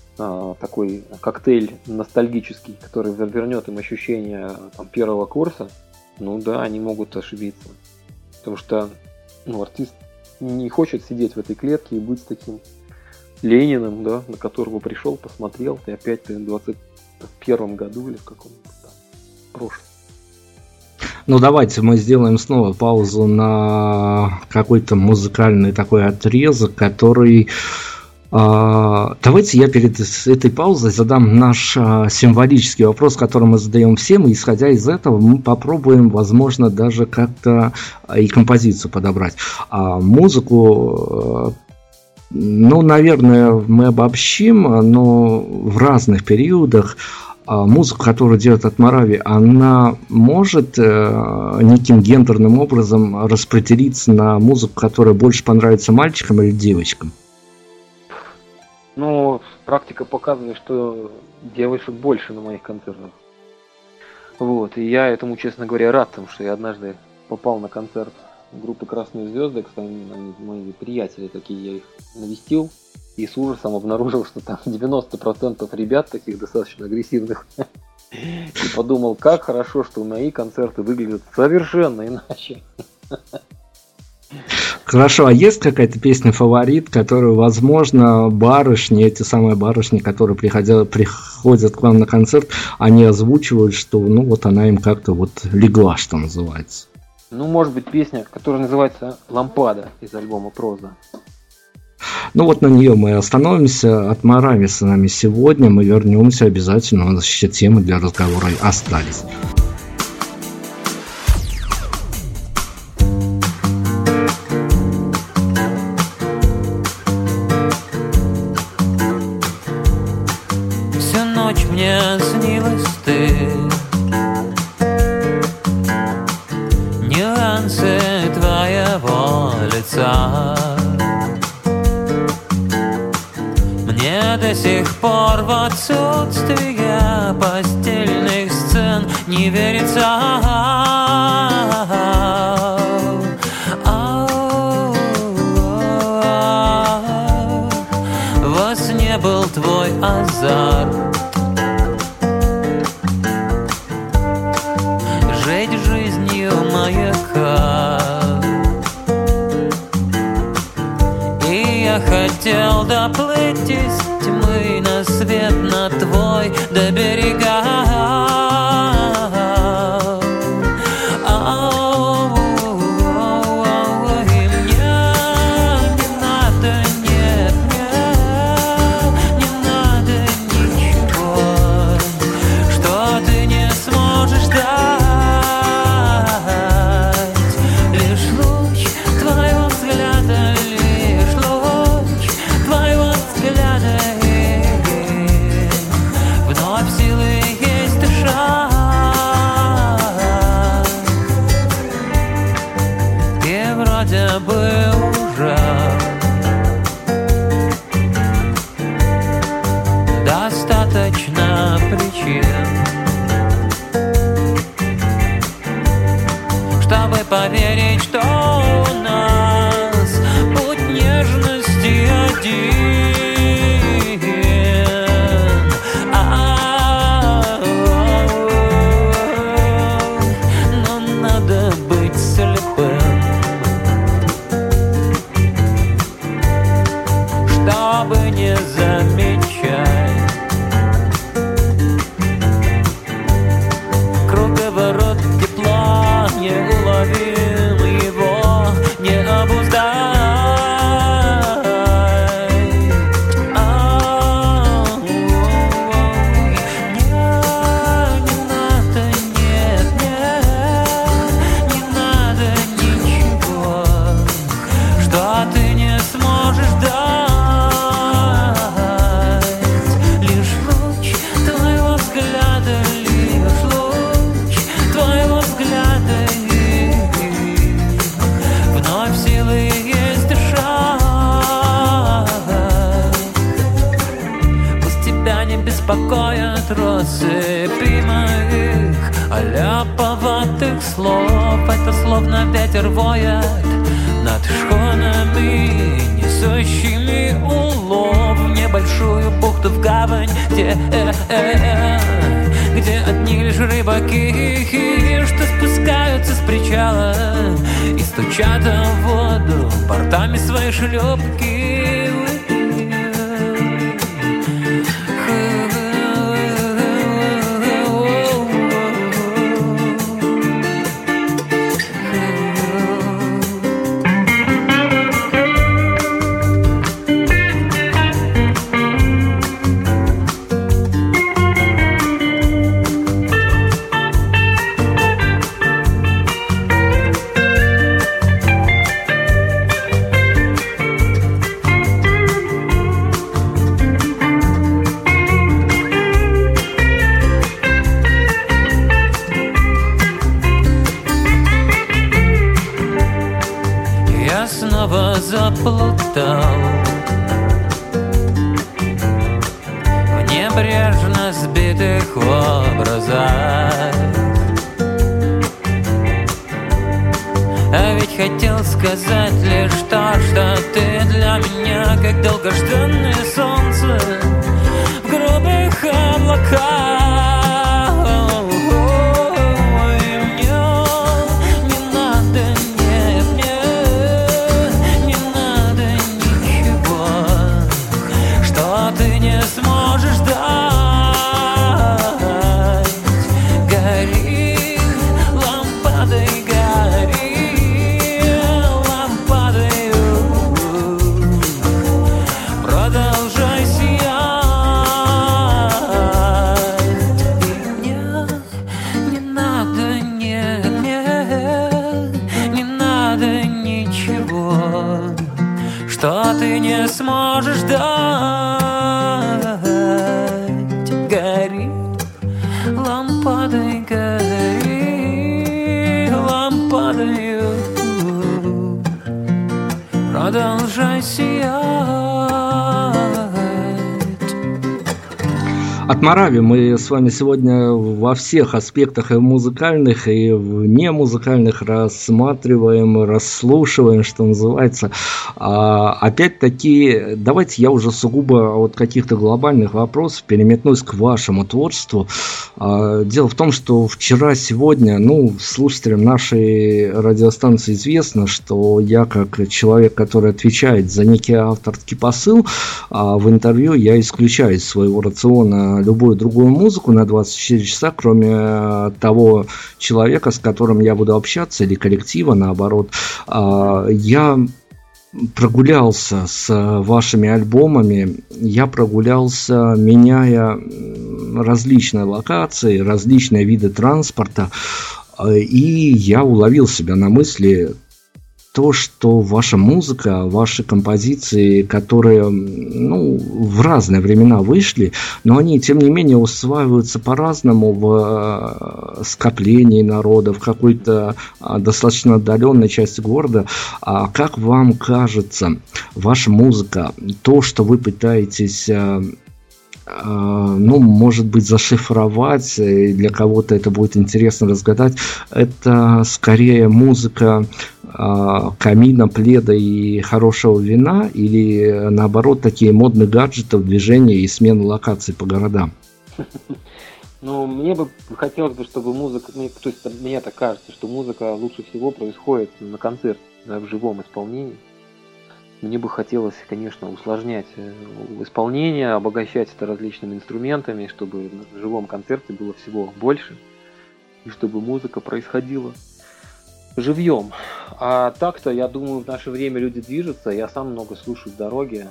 такой коктейль ностальгический, который вернет им ощущение там, первого курса, ну да, они могут ошибиться. Потому что ну, артист не хочет сидеть в этой клетке и быть таким Лениным, да, на которого пришел, посмотрел, и опять ты двадцать девяносто первом году или в каком-то там прошлом. Ну, давайте мы сделаем снова паузу на какой-то музыкальный такой отрезок, который... Uh, давайте я перед этой паузой задам наш uh, символический вопрос, который мы задаем всем, и исходя из этого мы попробуем, возможно, даже как-то uh, и композицию подобрать. Uh, музыку, uh, ну, наверное, мы обобщим, но в разных периодах uh, музыку, которую делает Атмарави, она может uh, неким гендерным образом распределиться на музыку, которая больше понравится мальчикам или девочкам? Ну, практика показывает, что девушек больше на моих концертах. Вот, и я этому, честно говоря, рад, потому что я однажды попал на концерт группы «Красные звезды», кстати, они мои приятели такие, я их навестил, и с ужасом обнаружил, что там девяносто процентов ребят таких достаточно агрессивных. И подумал, как хорошо, что мои концерты выглядят совершенно иначе. Хорошо, а есть какая-то песня-фаворит, которую, возможно, барышни, эти самые барышни, которые приходят, приходят к вам на концерт, они озвучивают, что ну вот она им как-то вот легла, что называется? Ну, может быть, песня, которая называется «Лампада» из альбома «Проза». Ну вот на нее мы остановимся. Атмарави с нами сегодня, мы вернемся обязательно, у нас еще темы для разговора остались. Мне снилась ты, нюансы твоего лица. Мне до сих пор в отсутствие постельных сцен не верится. Во сне был твой азарт, хотел доплыть из тьмы на свет, на твой до берега. И мне не надо, нет, нет, не надо ничего, что ты не сможешь дать. Лишь луч твоего взгляда, был уже достаточно причин, чтобы поверить, что у нас путь нежности один. Но надо быть слепым, чтобы не замечать круговорот тепла, неуловим его, не обуздать. Беспокоят россыпи моих аляповатых слов. Это словно ветер воет над шхунами, несущими улов в небольшую бухту, в гавань, где, э, э, где одни лишь рыбаки, что спускаются с причала и стучат в воду бортами своей шлюпки. я снова заплутал в небрежно сбитых образах. А ведь хотел сказать лишь то, что ты для меня как долгожданное солнце в грубых облаках. Что ты не сможешь дать, гори, лампадой гори, лампадою, продолжай сиять. От Моравии мы с вами сегодня во всех аспектах и музыкальных, и вне музыкальных рассматриваем, расслушиваем, что называется. А, опять-таки, давайте я уже сугубо от каких-то глобальных вопросов переметнусь к вашему творчеству. А, дело в том, что вчера-сегодня, ну, слушателям нашей радиостанции известно, что я, как человек, который отвечает за некий авторский посыл, а в интервью я исключаю из своего рациона любую другую музыку на двадцать четыре часа, кроме того человека, с которым я буду общаться, или коллектива, наоборот. Я прогулялся с вашими альбомами, я прогулялся, меняя различные локации, различные виды транспорта, и я уловил себя на мысли то, что ваша музыка, ваши композиции, которые, ну, в разные времена вышли, но они, тем не менее, усваиваются по-разному в скоплении народа, в какой-то достаточно отдаленной части города. А как вам кажется, ваша музыка, то, что вы пытаетесь, ну, может быть, зашифровать, и для кого-то это будет интересно разгадать, это скорее музыка камина, пледа и хорошего вина, или наоборот такие модные гаджеты, движения и смены локаций по городам? Ну, мне бы хотелось бы, чтобы музыка, ну, то есть мне так кажется, что музыка лучше всего происходит на концерте, да, в живом исполнении. Мне бы хотелось, конечно, усложнять исполнение, обогащать это различными инструментами, чтобы в живом концерте было всего больше, и чтобы музыка происходила живьем. А так-то, я думаю, в наше время люди движутся, я сам много слушаю в дороге.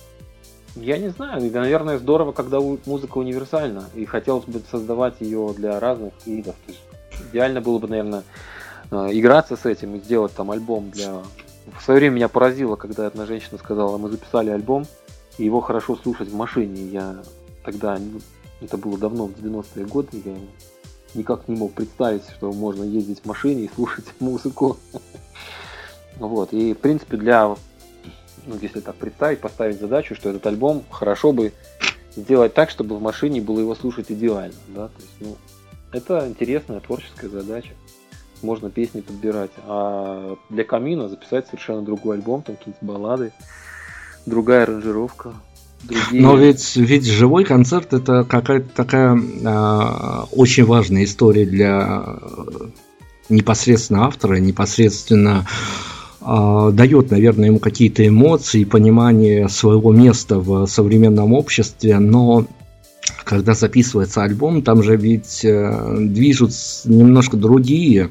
Я не знаю, наверное, здорово, когда музыка универсальна, и хотелось бы создавать ее для разных видов. То есть идеально было бы, наверное, играться с этим и сделать там альбом для... В свое время меня поразило, когда одна женщина сказала: мы записали альбом, и его хорошо слушать в машине. Я тогда, это было давно, в девяностые годы, я никак не мог представить, что можно ездить в машине и слушать музыку. Вот, и в принципе для, ну, если так представить, поставить задачу, что этот альбом хорошо бы сделать так, чтобы в машине было его слушать идеально, да, то есть, ну, это интересная творческая задача. Можно песни подбирать, а для камина записать совершенно другой альбом, там какие-то баллады, другая аранжировка. Другие... Но ведь, ведь живой концерт — это какая-то такая э, очень важная история для непосредственно автора, непосредственно э, дает, наверное, ему какие-то эмоции, понимание своего места в современном обществе, но когда записывается альбом, там же ведь э, движутся немножко другие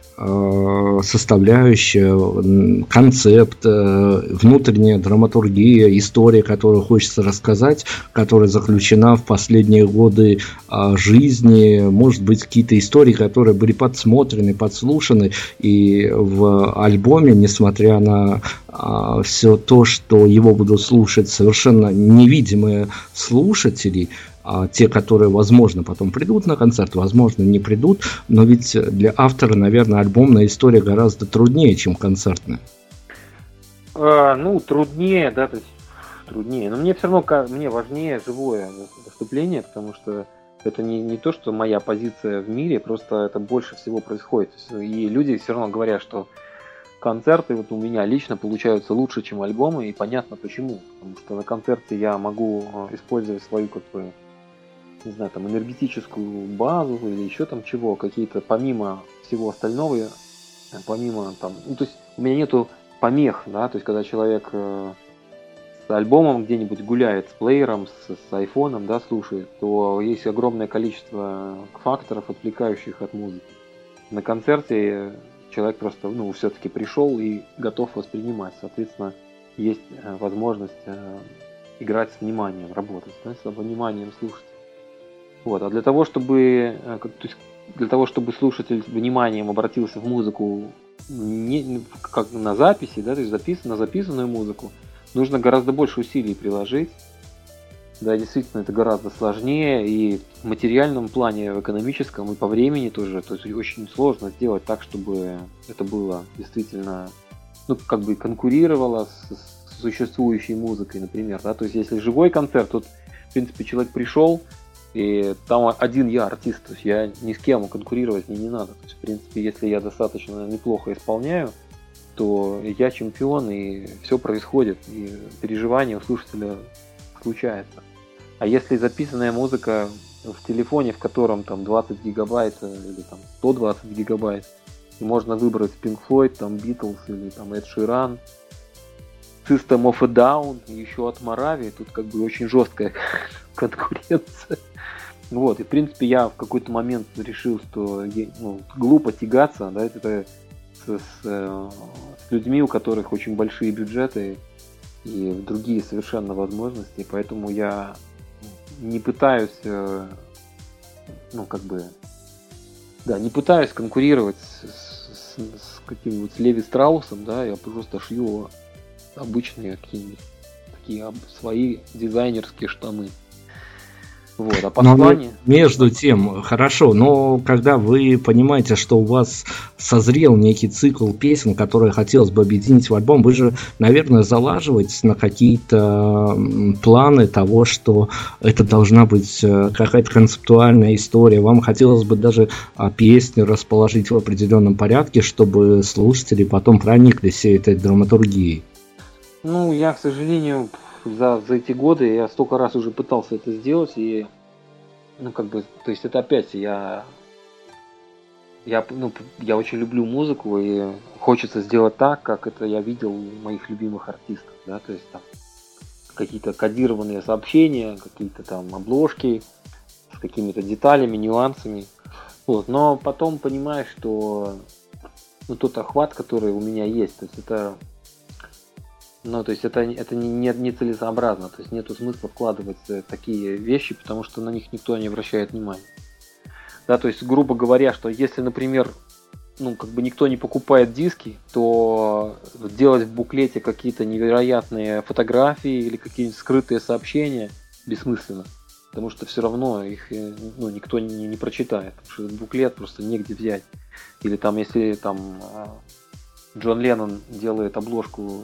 э, составляющие, концепт, э, внутренняя драматургия, история, которую хочется рассказать, которая заключена в последние годы э, жизни, может быть, какие-то истории, которые были подсмотрены, подслушаны, и в альбоме, несмотря на э, все то, что его будут слушать совершенно невидимые слушатели, а те, которые, возможно, потом придут на концерт, возможно, не придут, но ведь для автора, наверное, альбомная история гораздо труднее, чем концертная. А, ну, труднее, да, то есть труднее. Но мне все равно мне важнее живое выступление, потому что это не, не то, что моя позиция в мире, просто это больше всего происходит. И люди все равно говорят, что концерты вот у меня лично получаются лучше, чем альбомы, и понятно почему. Потому что на концерте я могу использовать свою, как бы, не знаю, там, энергетическую базу или еще там чего, какие-то помимо всего остального, помимо там, ну, то есть у меня нету помех, да, то есть когда человек э, с альбомом где-нибудь гуляет, с плеером, с, с айфоном, да, слушает, то есть огромное количество факторов, отвлекающих от музыки. На концерте человек просто, ну, все-таки пришел и готов воспринимать, соответственно, есть возможность э, играть с вниманием, работать, да, с вниманием слушать. Вот, а для того, чтобы, то есть для того, чтобы слушатель вниманием обратился в музыку не, как на записи, да, то есть запис, на записанную музыку, нужно гораздо больше усилий приложить. Да, действительно, это гораздо сложнее и в материальном плане, в экономическом, и по времени тоже. То есть очень сложно сделать так, чтобы это было действительно, ну, как бы конкурировало с, с существующей музыкой, например. Да? То есть если живой концерт, тут, в принципе, человек пришел, и там один я артист, то есть я ни с кем конкурировать мне не надо. То есть, в принципе, если я достаточно неплохо исполняю, то я чемпион, и все происходит, и переживание у слушателя случается. А если записанная музыка в телефоне, в котором там двадцать гигабайт или там сто двадцать гигабайт, и можно выбрать Pink Floyd, там Beatles или там Ed Sheeran, System of a Down, еще от Moravia, тут как бы очень жесткая конкуренция. Вот, и в принципе я в какой-то момент решил, что ну, глупо тягаться, да, это с, с, с людьми, у которых очень большие бюджеты и другие совершенно возможности, поэтому я не пытаюсь, ну как бы, да, не пытаюсь конкурировать с, с, с каким-нибудь Леви Страусом, да, я просто шью обычные какие-нибудь такие свои дизайнерские штаны. Вот, а послание... Но между тем, хорошо, но когда вы понимаете, что у вас созрел некий цикл песен, которые хотелось бы объединить в альбом, вы же, наверное, залаживаетесь на какие-то планы того, что это должна быть какая-то концептуальная история. Вам хотелось бы даже песни расположить в определенном порядке, чтобы слушатели потом прониклись всей этой драматургией. Ну, я, к сожалению... За, за эти годы я столько раз уже пытался это сделать, и, ну, как бы, то есть это опять, я, я, ну, я очень люблю музыку, и хочется сделать так, как это я видел у моих любимых артистов, да, то есть там какие-то кодированные сообщения, какие-то там обложки с какими-то деталями, нюансами, вот, но потом понимаешь, что, ну, тот охват, который у меня есть, то есть это... Ну, то есть это, это не, не, не целесообразно, то есть нету смысла вкладывать такие вещи, потому что на них никто не обращает внимания. Да, то есть, грубо говоря, что если, например, ну, как бы никто не покупает диски, то делать в буклете какие-то невероятные фотографии или какие-нибудь скрытые сообщения бессмысленно, потому что все равно их, ну, никто не, не прочитает, потому что этот буклет просто негде взять. Или там, если там Джон Леннон делает обложку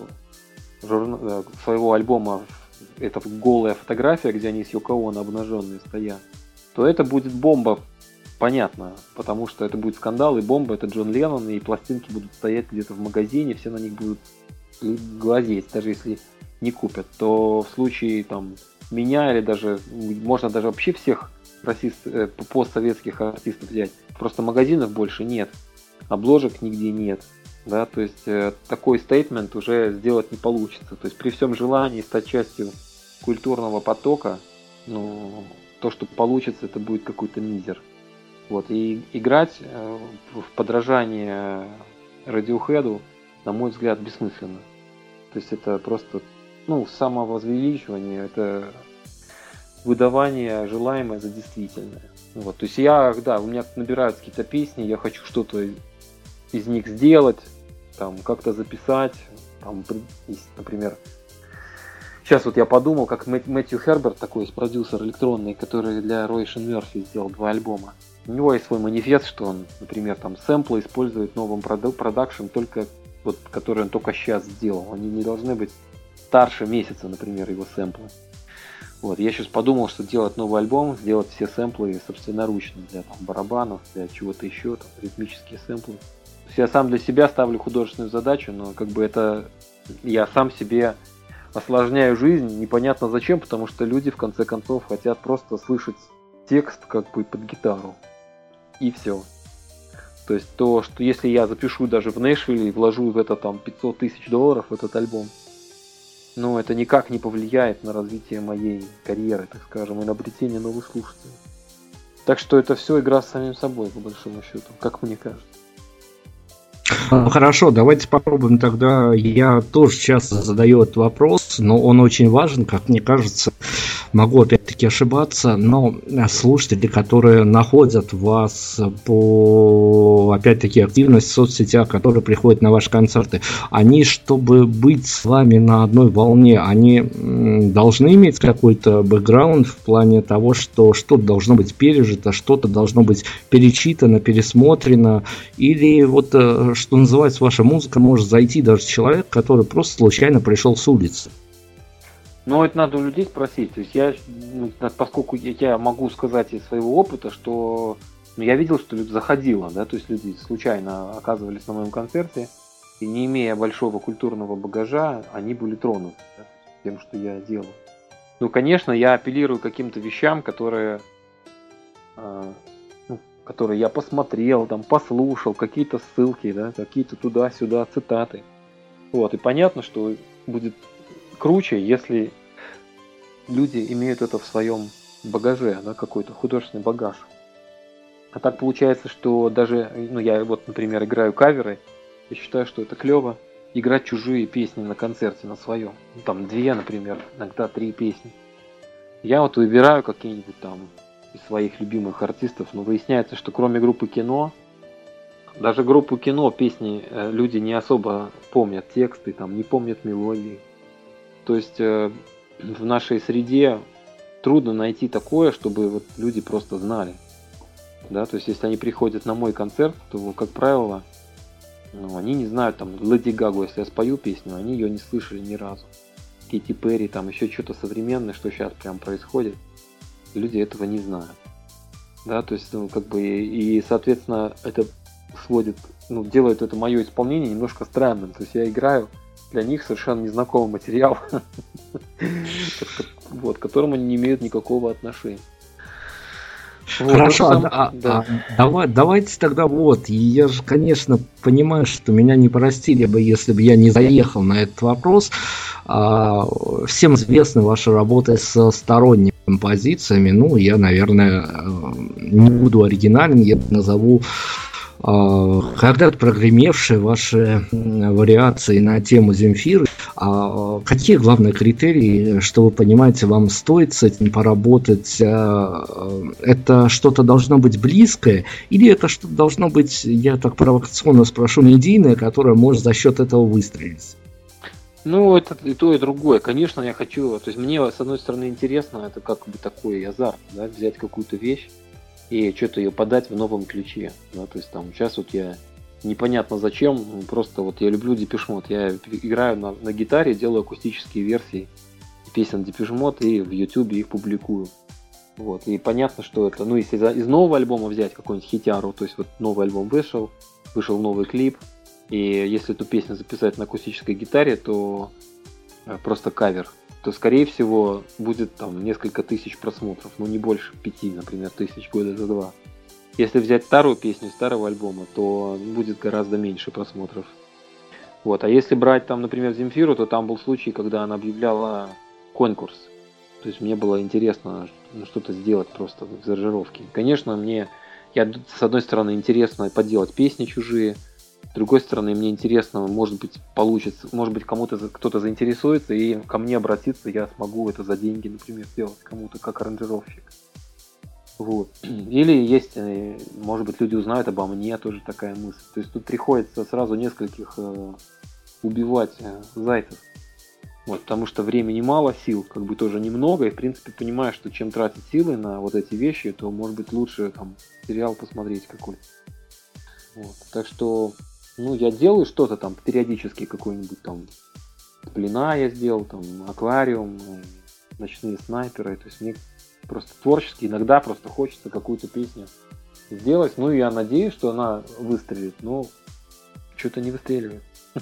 своего альбома, это голая фотография, где они с Йоко Оно обнаженные стоят, то это будет бомба, понятно, потому что это будет скандал, и бомба, это Джон Леннон, и пластинки будут стоять где-то в магазине, все на них будут глазеть, даже если не купят. То в случае там меня или даже, можно даже вообще всех расист, постсоветских артистов взять, просто магазинов больше нет, обложек нигде нет. Да, то есть э, такой стейтмент уже сделать не получится. То есть при всем желании стать частью культурного потока, ну, то, что получится, это будет какой-то мизер. Вот, и играть э, в подражание Radiohead'у, на мой взгляд, бессмысленно. То есть это просто, ну, самовозвеличивание, это выдавание желаемое за действительное. Вот, то есть я, да, у меня набираются какие-то песни, я хочу что-то из них сделать, там, как-то записать, там, например, сейчас вот я подумал, как Мэтью Херберт, такой есть продюсер электронный, который для Ройшен Мерфи сделал два альбома. У него есть свой манифест, что он, например, там, сэмплы использует в новом продакшн только вот, которые он только сейчас сделал. Они не должны быть старше месяца, например, его сэмплы. Вот, я сейчас подумал, что делать новый альбом, сделать все сэмплы собственноручно для там, барабанов, для чего-то еще, там, ритмические сэмплы. То есть я сам для себя ставлю художественную задачу, но как бы это я сам себе осложняю жизнь, непонятно зачем, потому что люди в конце концов хотят просто слышать текст как бы под гитару. И все. То есть то, что если я запишу даже в Нэшвилле и вложу в это там пятьсот тысяч долларов в этот альбом, ну, это никак не повлияет на развитие моей карьеры, так скажем, и на обретение новых слушателей. Так что это все игра с самим собой, по большому счету, как мне кажется. Хорошо, давайте попробуем тогда. Я тоже часто задаю этот вопрос, но он очень важен, как мне кажется. Могу опять-таки ошибаться, но слушатели, которые находят вас по, опять-таки, активности в соцсетях, которые приходят на ваши концерты, они, чтобы быть с вами на одной волне, они должны иметь какой-то бэкграунд в плане того, что что-то должно быть пережито, что-то должно быть перечитано, пересмотрено, или вот, что называется, ваша музыка может зайти даже человек, который просто случайно пришел с улицы. Ну, это надо у людей спросить. То есть я, ну, поскольку я могу сказать из своего опыта, что ну, я видел, что люди заходило, да, то есть люди случайно оказывались на моем концерте, и не имея большого культурного багажа, они были тронуты, да, тем, что я делаю. Ну, конечно, я апеллирую к каким-то вещам, которые, э, ну, которые я посмотрел, там, послушал, какие-то ссылки, да, какие-то туда-сюда цитаты. Вот, и понятно, что будет круче, если люди имеют это в своем багаже, да, какой-то художественный багаж. А так получается, что даже, ну, я вот, например, играю каверы, я считаю, что это клево играть чужие песни на концерте, на своем. Ну, там две, например, иногда три песни. Я вот выбираю какие-нибудь там из своих любимых артистов, но выясняется, что кроме группы Кино, даже группу Кино песни э, люди не особо помнят тексты, там, не помнят мелодии. То есть э, в нашей среде трудно найти такое, чтобы вот люди просто знали. Да? То есть если они приходят на мой концерт, то, как правило, ну, они не знают, там, Леди Гагу, если я спою песню, они ее не слышали ни разу. Кэти Перри, там еще что-то современное, что сейчас прям происходит, и люди этого не знают. Да, то есть, ну, как бы, и, соответственно, это сводит, ну, делает это мое исполнение немножко странным. То есть я играю для них совершенно незнакомый материал, вот, к которому они не имеют никакого отношения. Хорошо, вот, а, да. а, давай, давайте тогда вот, я же, конечно, понимаю, что меня не простили бы, если бы я не заехал на этот вопрос. А, всем известны ваши работы со сторонними композициями, ну, я, наверное, не буду оригинален, я назову когда-то прогремевшие ваши вариации на тему Земфиры. А какие главные критерии, что вы понимаете, вам стоит с этим поработать? Это что-то должно быть близкое, или это что-то должно быть, я так провокационно спрошу, медийное, которое может за счет этого выстрелить? Ну, это и то, и другое. Конечно, я хочу, то есть мне, с одной стороны, интересно, это как бы такой азарт, да, взять какую-то вещь и что-то ее подать в новом ключе. Да, то есть там сейчас вот я непонятно зачем, просто вот я люблю Депеш Мод. Я играю на, на гитаре, делаю акустические версии песен Депеш Мод и в Ютубе их публикую. Вот. И понятно, что это, ну, если из нового альбома взять какой-нибудь хитяру, то есть вот новый альбом вышел, вышел новый клип, и если эту песню записать на акустической гитаре, то просто кавер, то, скорее всего, будет там несколько тысяч просмотров, ну не больше пяти, например, тысяч года за два. Если взять старую песню старого альбома, то будет гораздо меньше просмотров. Вот. А если брать там, например, Земфиру, то там был случай, когда она объявляла конкурс. То есть мне было интересно что-то сделать просто в аранжировке. Конечно, мне, я, с одной стороны, интересно поделать песни чужие, с другой стороны, мне интересно, может быть, получится, может быть, кому-то кто-то заинтересуется и ко мне обратиться, я смогу это за деньги, например, сделать кому-то как аранжировщик. Вот. Или есть, может быть, люди узнают обо мне, тоже такая мысль. То есть тут приходится сразу нескольких э, убивать э, зайцев. Вот, потому что времени мало, сил как бы тоже немного, и в принципе понимаю, что чем тратить силы на вот эти вещи, то может быть лучше там сериал посмотреть какой-то. Вот. Так что Ну, я делаю что-то там периодически, какой-нибудь там Плена я сделал, там аквариум, ночные снайперы. То есть мне просто творчески иногда просто хочется какую-то песню сделать. Ну, я надеюсь, что она выстрелит, но что-то не выстреливает.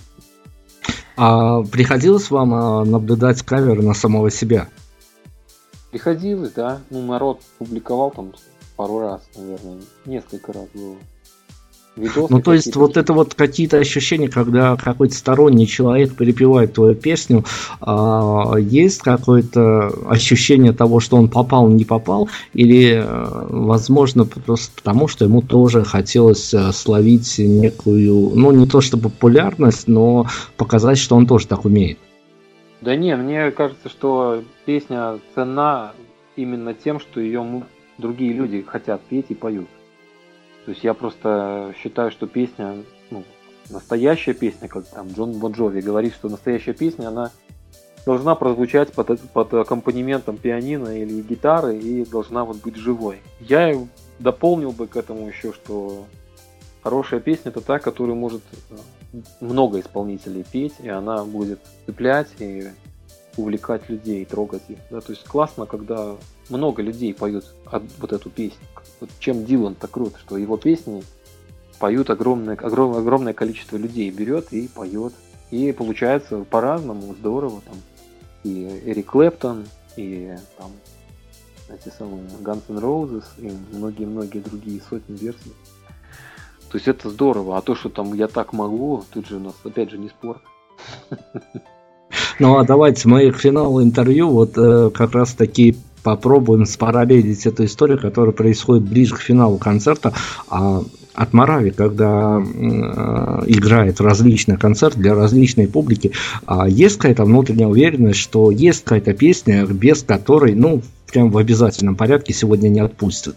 А приходилось вам наблюдать кавер на самого себя? Приходилось, да. Ну, народ публиковал там пару раз, наверное, несколько раз было. Видосы ну, то есть, вот это вот какие-то ощущения, когда какой-то сторонний человек перепевает твою песню, а, есть какое-то ощущение того, что он попал, не попал, или, возможно, просто потому, что ему тоже хотелось словить некую, ну, не то чтобы популярность, но показать, что он тоже так умеет? Да не, мне кажется, что песня ценна именно тем, что ее другие люди хотят петь и поют. То есть я просто считаю, что песня, ну, настоящая песня, как там Джон Бон Джови говорит, что настоящая песня, она должна прозвучать под, под аккомпанементом пианино или гитары и должна вот быть живой. Я дополнил бы к этому еще, что хорошая песня это та, которую может много исполнителей петь, и она будет цеплять и увлекать людей, трогать их. Да? То есть классно, когда много людей поют вот эту песню. Вот чем Дилан так крут, что его песни поют огромное, огромное, огромное количество людей, берет и поет. И получается по-разному, здорово. Там и Эрик Клэптон, и там эти самые Guns N' Roses, и многие-многие другие сотни версий. То есть это здорово. А то, что там я так могу, тут же у нас опять же не спорт. Ну а давайте мы к финалу интервью вот э, как раз таки попробуем спараллелить эту историю, которая происходит ближе к финалу концерта. А от Моравии, когда э, играет различный концерт для различной публики, а есть какая-то внутренняя уверенность, что есть какая-то песня, без которой, ну, прям в обязательном порядке сегодня не отпустят?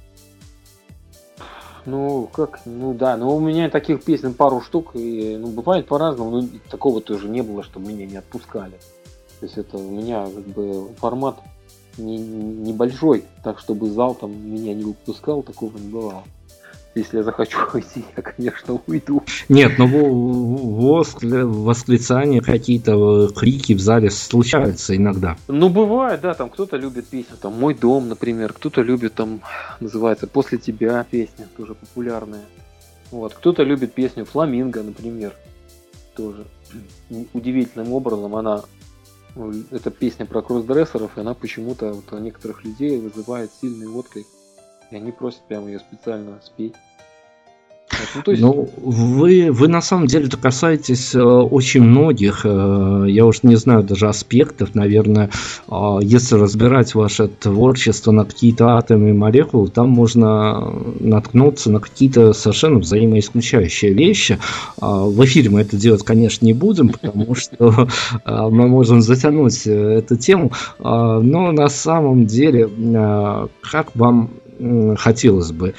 Ну, как, ну да, но у меня таких песен пару штук, и, ну, бывает по-разному, но такого тоже не было, чтобы меня не отпускали. То есть это у меня как бы формат не, небольшой, так чтобы зал там меня не выпускал, такого не бывало. Если я захочу уйти, я, конечно, уйду. Нет, ну воскли, восклицания, какие-то крики в зале случаются иногда. Ну, бывает, да, там кто-то любит песню, там «Мой дом», например, кто-то любит, там, называется «После тебя» песня, тоже популярная. Вот, кто-то любит песню «Фламинго», например, тоже. Удивительным образом она, эта песня про кроссдрессеров, и она почему-то вот у некоторых людей вызывает сильный отклик. И они просят прямо ее специально спеть. Ну, то есть... ну вы, вы на самом деле-то касаетесь э, очень многих, э, я уж не знаю даже аспектов, наверное, э, если разбирать ваше творчество на какие-то атомы и молекулы, там можно наткнуться на какие-то совершенно взаимоисключающие вещи. Э, в эфире мы это делать, конечно, не будем, потому что э, мы можем затянуть эту тему, э, но на самом деле, э, как вам э, хотелось бы,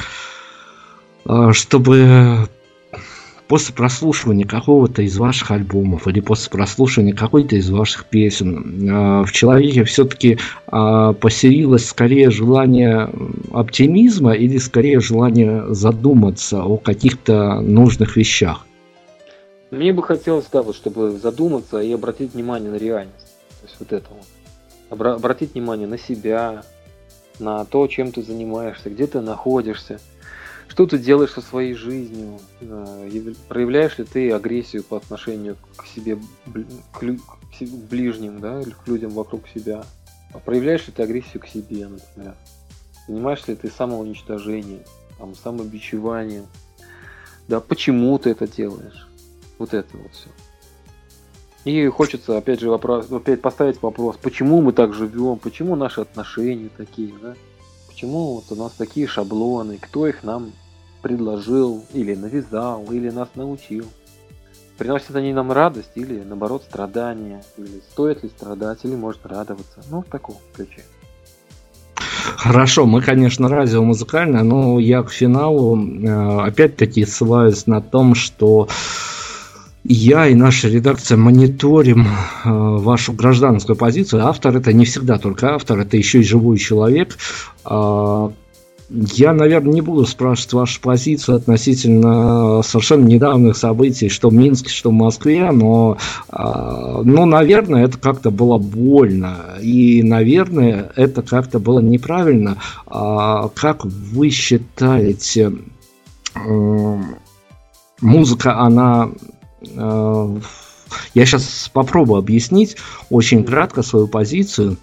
чтобы после прослушивания какого-то из ваших альбомов или после прослушивания какой-то из ваших песен в человеке все-таки поселилось скорее желание оптимизма или скорее желание задуматься о каких-то нужных вещах? Мне бы хотелось, да, вот, чтобы задуматься и обратить внимание на реальность. То есть вот это вот. Обра- обратить внимание на себя, на то, чем ты занимаешься, где ты находишься. Что ты делаешь со своей жизнью? Проявляешь ли ты агрессию по отношению к себе, к ближним, да, или к людям вокруг себя? Проявляешь ли ты агрессию к себе, например? Занимаешься ли ты самоуничтожением, там, самобичеванием? Да, почему ты это делаешь? Вот это вот все. И хочется, опять же, вопрос, опять поставить вопрос, почему мы так живем, почему наши отношения такие, да? Почему вот у нас такие шаблоны, кто их нам предложил, или навязал, или нас научил? Приносят они нам радость или, наоборот, страдания? Или стоит ли страдать, или может радоваться? Ну, в таком ключе. Хорошо, мы, конечно, радиомузыкальное, но я к финалу опять-таки ссылаюсь на том, что я и наша редакция мониторим э, вашу гражданскую позицию. Автор — это не всегда только автор, это еще и живой человек. Э, Я, наверное, не буду спрашивать вашу позицию относительно совершенно недавних событий, что в Минске, что в Москве, но, ну, наверное, это как-то было больно, и, наверное, это как-то было неправильно. Как вы считаете, музыка, она... Я сейчас попробую объяснить очень кратко свою позицию.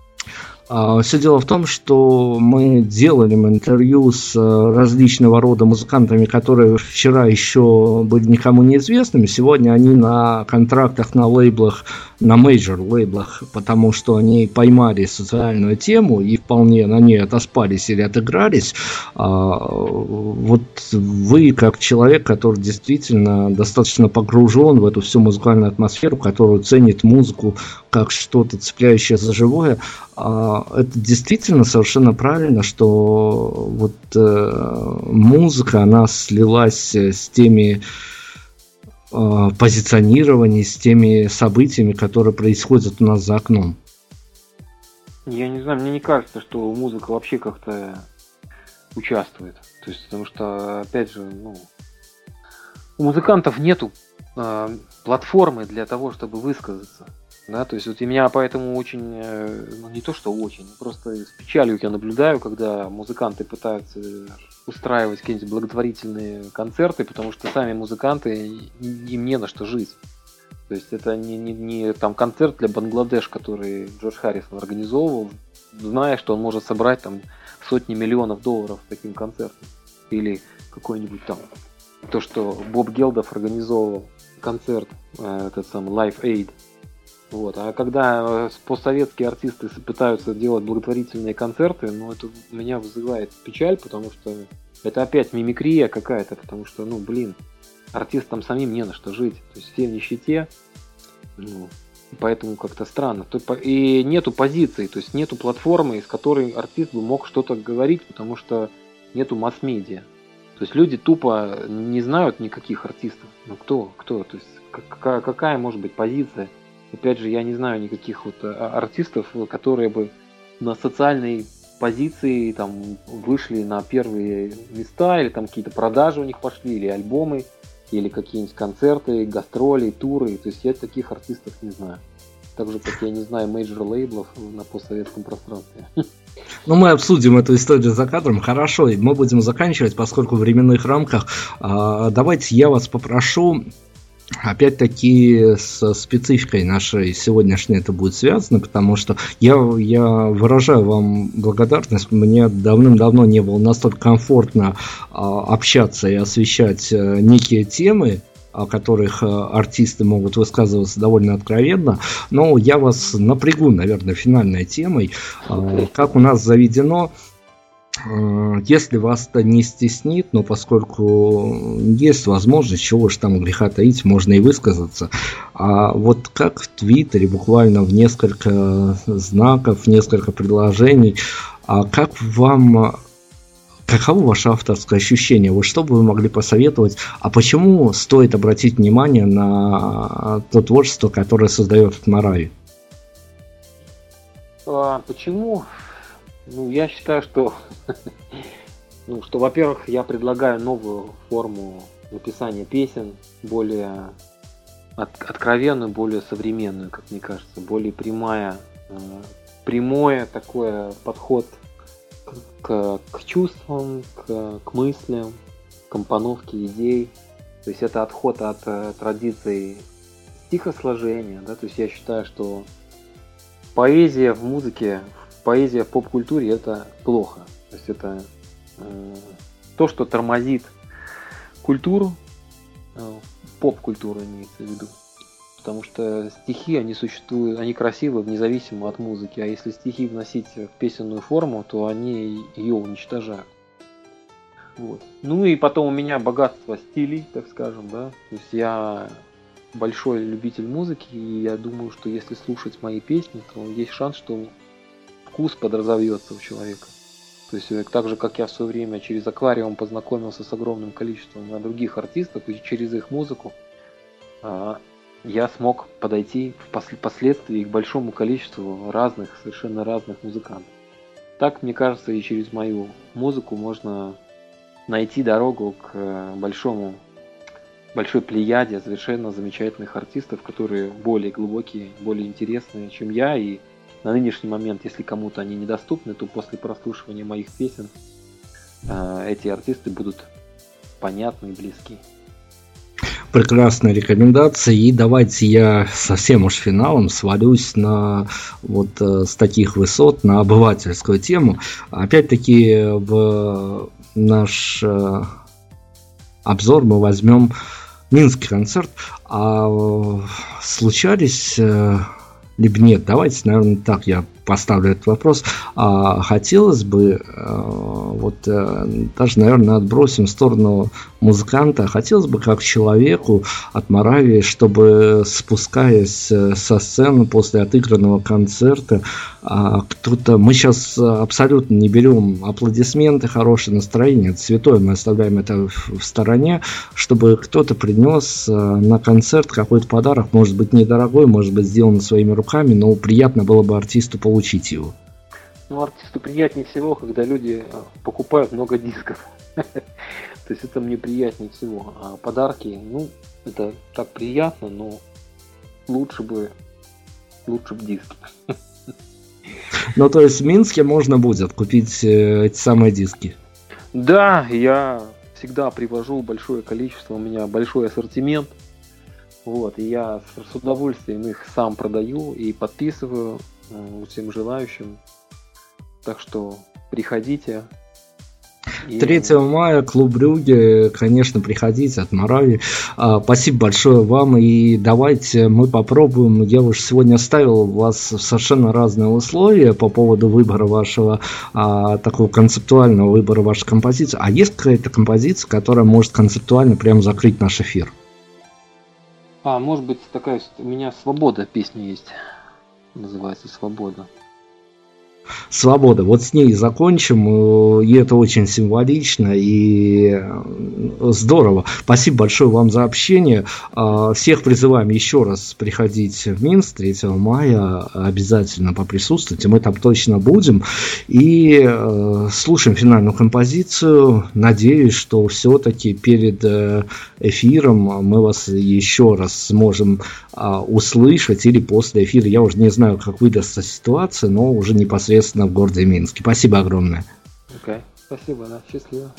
Все дело в том, что мы делали интервью с различного рода музыкантами, которые вчера еще были никому неизвестными. Сегодня они на контрактах, на лейблах, на мейджор лейблах, потому что они поймали социальную тему и вполне на ней отоспались или отыгрались. Вот вы, как человек, который действительно достаточно погружен в эту всю музыкальную атмосферу, которую ценит музыку как что-то цепляющее за живое, это действительно совершенно правильно, что вот э, музыка, она слилась с теми э, позиционированиями, с теми событиями, которые происходят у нас за окном. Я не знаю, мне не кажется, что музыка вообще как-то участвует. То есть, потому что, опять же, ну, у музыкантов нету э, платформы для того, чтобы высказаться. Да, то есть вот и меня поэтому очень, ну не то что очень, просто с печалью я наблюдаю, когда музыканты пытаются устраивать какие-нибудь благотворительные концерты, потому что сами музыканты, им не на что жить. То есть это не, не, не там концерт для Бангладеш, который Джордж Харрисон организовывал, зная, что он может собрать там сотни миллионов долларов таким концертом. Или какой-нибудь там, то, что Боб Гелдов организовывал концерт, этот самый Live Aid. Вот. А когда постсоветские артисты пытаются делать благотворительные концерты, ну это меня вызывает печаль, потому что это опять мимикрия какая-то, потому что, ну блин, артистам самим не на что жить, то есть все в нищете, ну, поэтому как-то странно. И нету позиции, то есть нету платформы, из которой артист бы мог что-то говорить, потому что нету масс-медиа. То есть люди тупо не знают никаких артистов. Ну кто, кто, то есть какая, какая может быть позиция? Опять же, я не знаю никаких вот артистов, которые бы на социальной позиции там вышли на первые места, или там какие-то продажи у них пошли, или альбомы, или какие-нибудь концерты, гастроли, туры. То есть я таких артистов не знаю. Так же, как я не знаю мейджор-лейблов на постсоветском пространстве. Ну, мы обсудим эту историю за кадром. Хорошо, мы будем заканчивать, поскольку в временных рамках. Давайте я вас попрошу. Опять-таки с спецификой нашей сегодняшней это будет связано, потому что я, я выражаю вам благодарность. Мне давным-давно не было настолько комфортно а, общаться и освещать а, некие темы, о которых а, артисты могут высказываться довольно откровенно. Но я вас напрягу, наверное, финальной темой. А, как у нас заведено, если вас это не стеснит, но поскольку есть возможность, чего уж там греха таить, можно и высказаться. А вот как в Твиттере, буквально в несколько знаков, в несколько предложений, а как вам, каково ваше авторское ощущение? Вот что бы вы могли посоветовать? А почему стоит обратить внимание на то творчество, которое создает Марави? А почему? Ну, я считаю, что, ну, что, во-первых, я предлагаю новую форму написания песен, более от, откровенную, более современную, как мне кажется, более прямая, э, прямое такое подход к, к чувствам, к, к мыслям, компоновке идей. То есть это отход от э, традиций стихосложения, да, то есть я считаю, что поэзия в музыке, поэзия в поп-культуре это плохо. То есть это э, то, что тормозит культуру, э, поп-культуру имеется в виду. Потому что стихи, они существуют, они красивы независимо от музыки. А если стихи вносить в песенную форму, то они ее уничтожают. Вот. Ну и потом у меня богатство стилей, так скажем, да. То есть я большой любитель музыки, и я думаю, что если слушать мои песни, то есть шанс, что вкус подразовьется у человека. То есть так же, как я в свое время через аквариум познакомился с огромным количеством других артистов, и через их музыку я смог подойти впоследствии к большому количеству разных, совершенно разных музыкантов. так, мне кажется, и через мою музыку можно найти дорогу к большому, большой плеяде совершенно замечательных артистов, которые более глубокие, более интересные, чем я. И на нынешний момент, если кому-то они недоступны, то после прослушивания моих песен эти артисты будут понятны и близки. Прекрасная рекомендация. И давайте я совсем уж финалом свалюсь на вот э, с таких высот на обывательскую тему. Опять-таки в наш э, обзор мы возьмем минский концерт. А э, случались э, либо нет? Давайте, наверное, так я поставлю этот вопрос. А, хотелось бы, а, вот а, даже, наверное, отбросим в сторону музыканта, хотелось бы как человеку от Моравии, чтобы, спускаясь со сцены после отыгранного концерта, а, кто-то, мы сейчас абсолютно не берем аплодисменты, хорошее настроение, это святое, мы оставляем это в, в стороне, чтобы кто-то принес а, на концерт какой-то подарок, может быть, недорогой, может быть, сделан своими руками, но приятно было бы артисту получить его. Ну, артисту приятнее всего, когда люди покупают много дисков. То есть это мне приятнее всего. А подарки, ну, это так приятно, но лучше бы, лучше бы диски. Ну, то есть в Минске можно будет купить эти самые диски? Да, я всегда привожу большое количество, у меня большой ассортимент. Вот, и я с удовольствием их сам продаю и подписываю всем желающим. Так что приходите. третьего мая, клуб Брюгге, конечно, приходите от Моравии. А, спасибо большое вам, и давайте мы попробуем. Я уже сегодня ставил вас в совершенно разные условия по поводу выбора вашего, а, такого концептуального выбора вашей композиции. А есть какая-то композиция, которая может концептуально прям закрыть наш эфир? А, может быть, такая у меня «Свобода» песня есть. Называется «Свобода». Свобода. Вот с ней закончим, и это очень символично и здорово. Спасибо большое вам за общение. Всех призываем еще раз приходить в Минск третьего мая, обязательно поприсутствовать, и мы там точно будем. И слушаем финальную композицию. Надеюсь, что все-таки перед эфиром мы вас еще раз сможем услышать, или после эфира. Я уже не знаю, как выдастся ситуация, но уже непосредственно в городе Минске. Спасибо огромное. Okay. Спасибо, да, счастливо.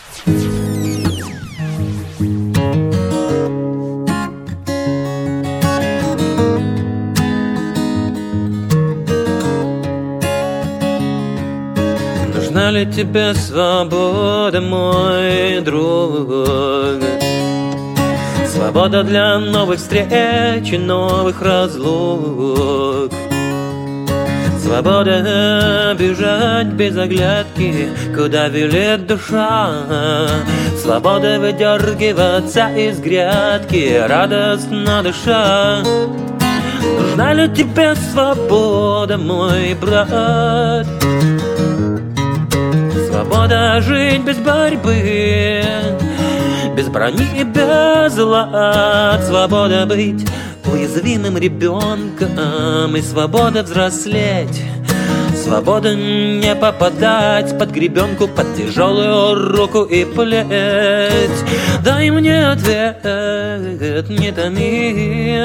Нужна ли тебе свобода, мой друг? Свобода для новых встреч и новых разлук. Свобода бежать без оглядки, куда велит душа. Свобода выдергиваться из грядки, радостно дыша. Нужна ли тебе свобода, мой брат? Свобода жить без борьбы, без брони и без лад. Свобода быть уязвимым ребенком, и свобода взрослеть. Свобода не попадать под гребенку, под тяжелую руку и плеть. Дай мне ответ, не томи.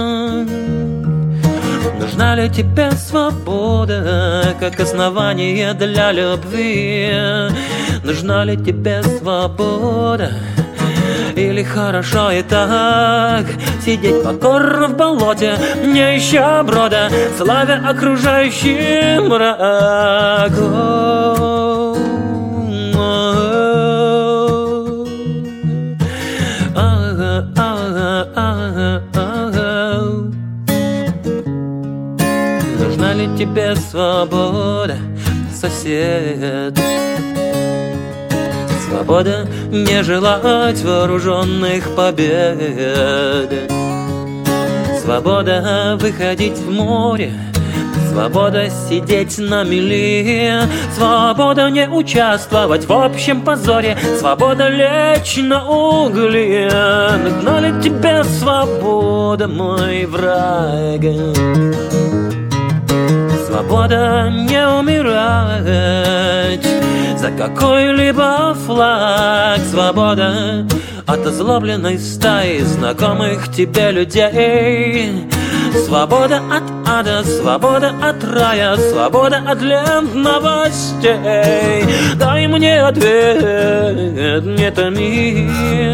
Нужна ли тебе свобода, как основание для любви? Нужна ли тебе свобода? Или хорошо и так сидеть покорно в болоте, не ища брода, славя окружающий мрак? Нужна ли тебе свобода, сосед? Свобода не желать вооруженных побед. Свобода выходить в море, свобода сидеть на мели. Свобода не участвовать в общем позоре, свобода лечь на угле. Нужна ли тебе свобода, мой враг? Свобода свобода не умирать за какой-либо флаг, свобода от озлобленной стаи знакомых тебе людей. Свобода от ада, свобода от рая, свобода от лент новостей. Дай мне ответ, не томи.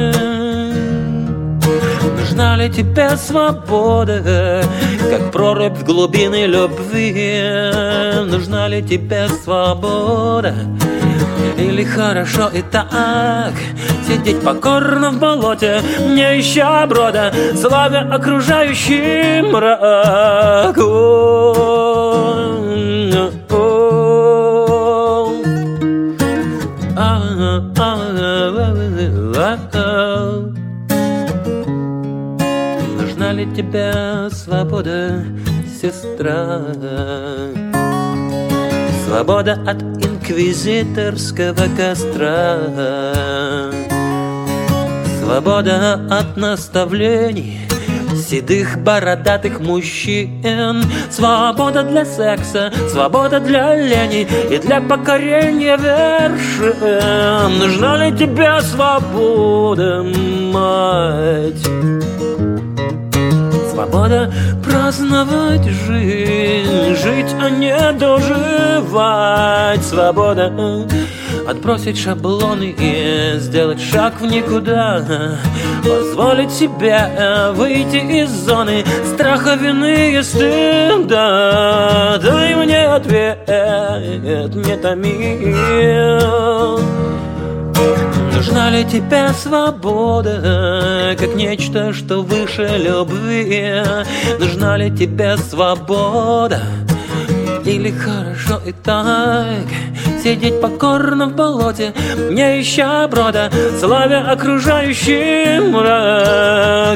Нужна ли тебе свобода, как прорубь в глубины любви? Нужна ли тебе свобода? Или хорошо и так сидеть покорно в болоте, не ища брода, славя окружающий мрак? Нужна ли тебе свобода, сестра? Свобода от инквизиторского костра, свобода от наставлений седых бородатых мужчин, свобода для секса, свобода для лени и для покорения вершин. Нужна ли тебе свобода, мать? Свобода праздновать жизнь, жить, а не доживать. Свобода отбросить шаблоны и сделать шаг в никуда, позволить себе выйти из зоны страха, вины и стыда. Дай мне ответ, не томи. Нужна ли тебе свобода, как нечто, что выше любви? Нужна ли тебе свобода? Или хорошо и так сидеть покорно в болоте, не ища брода, славя окружающий мрак?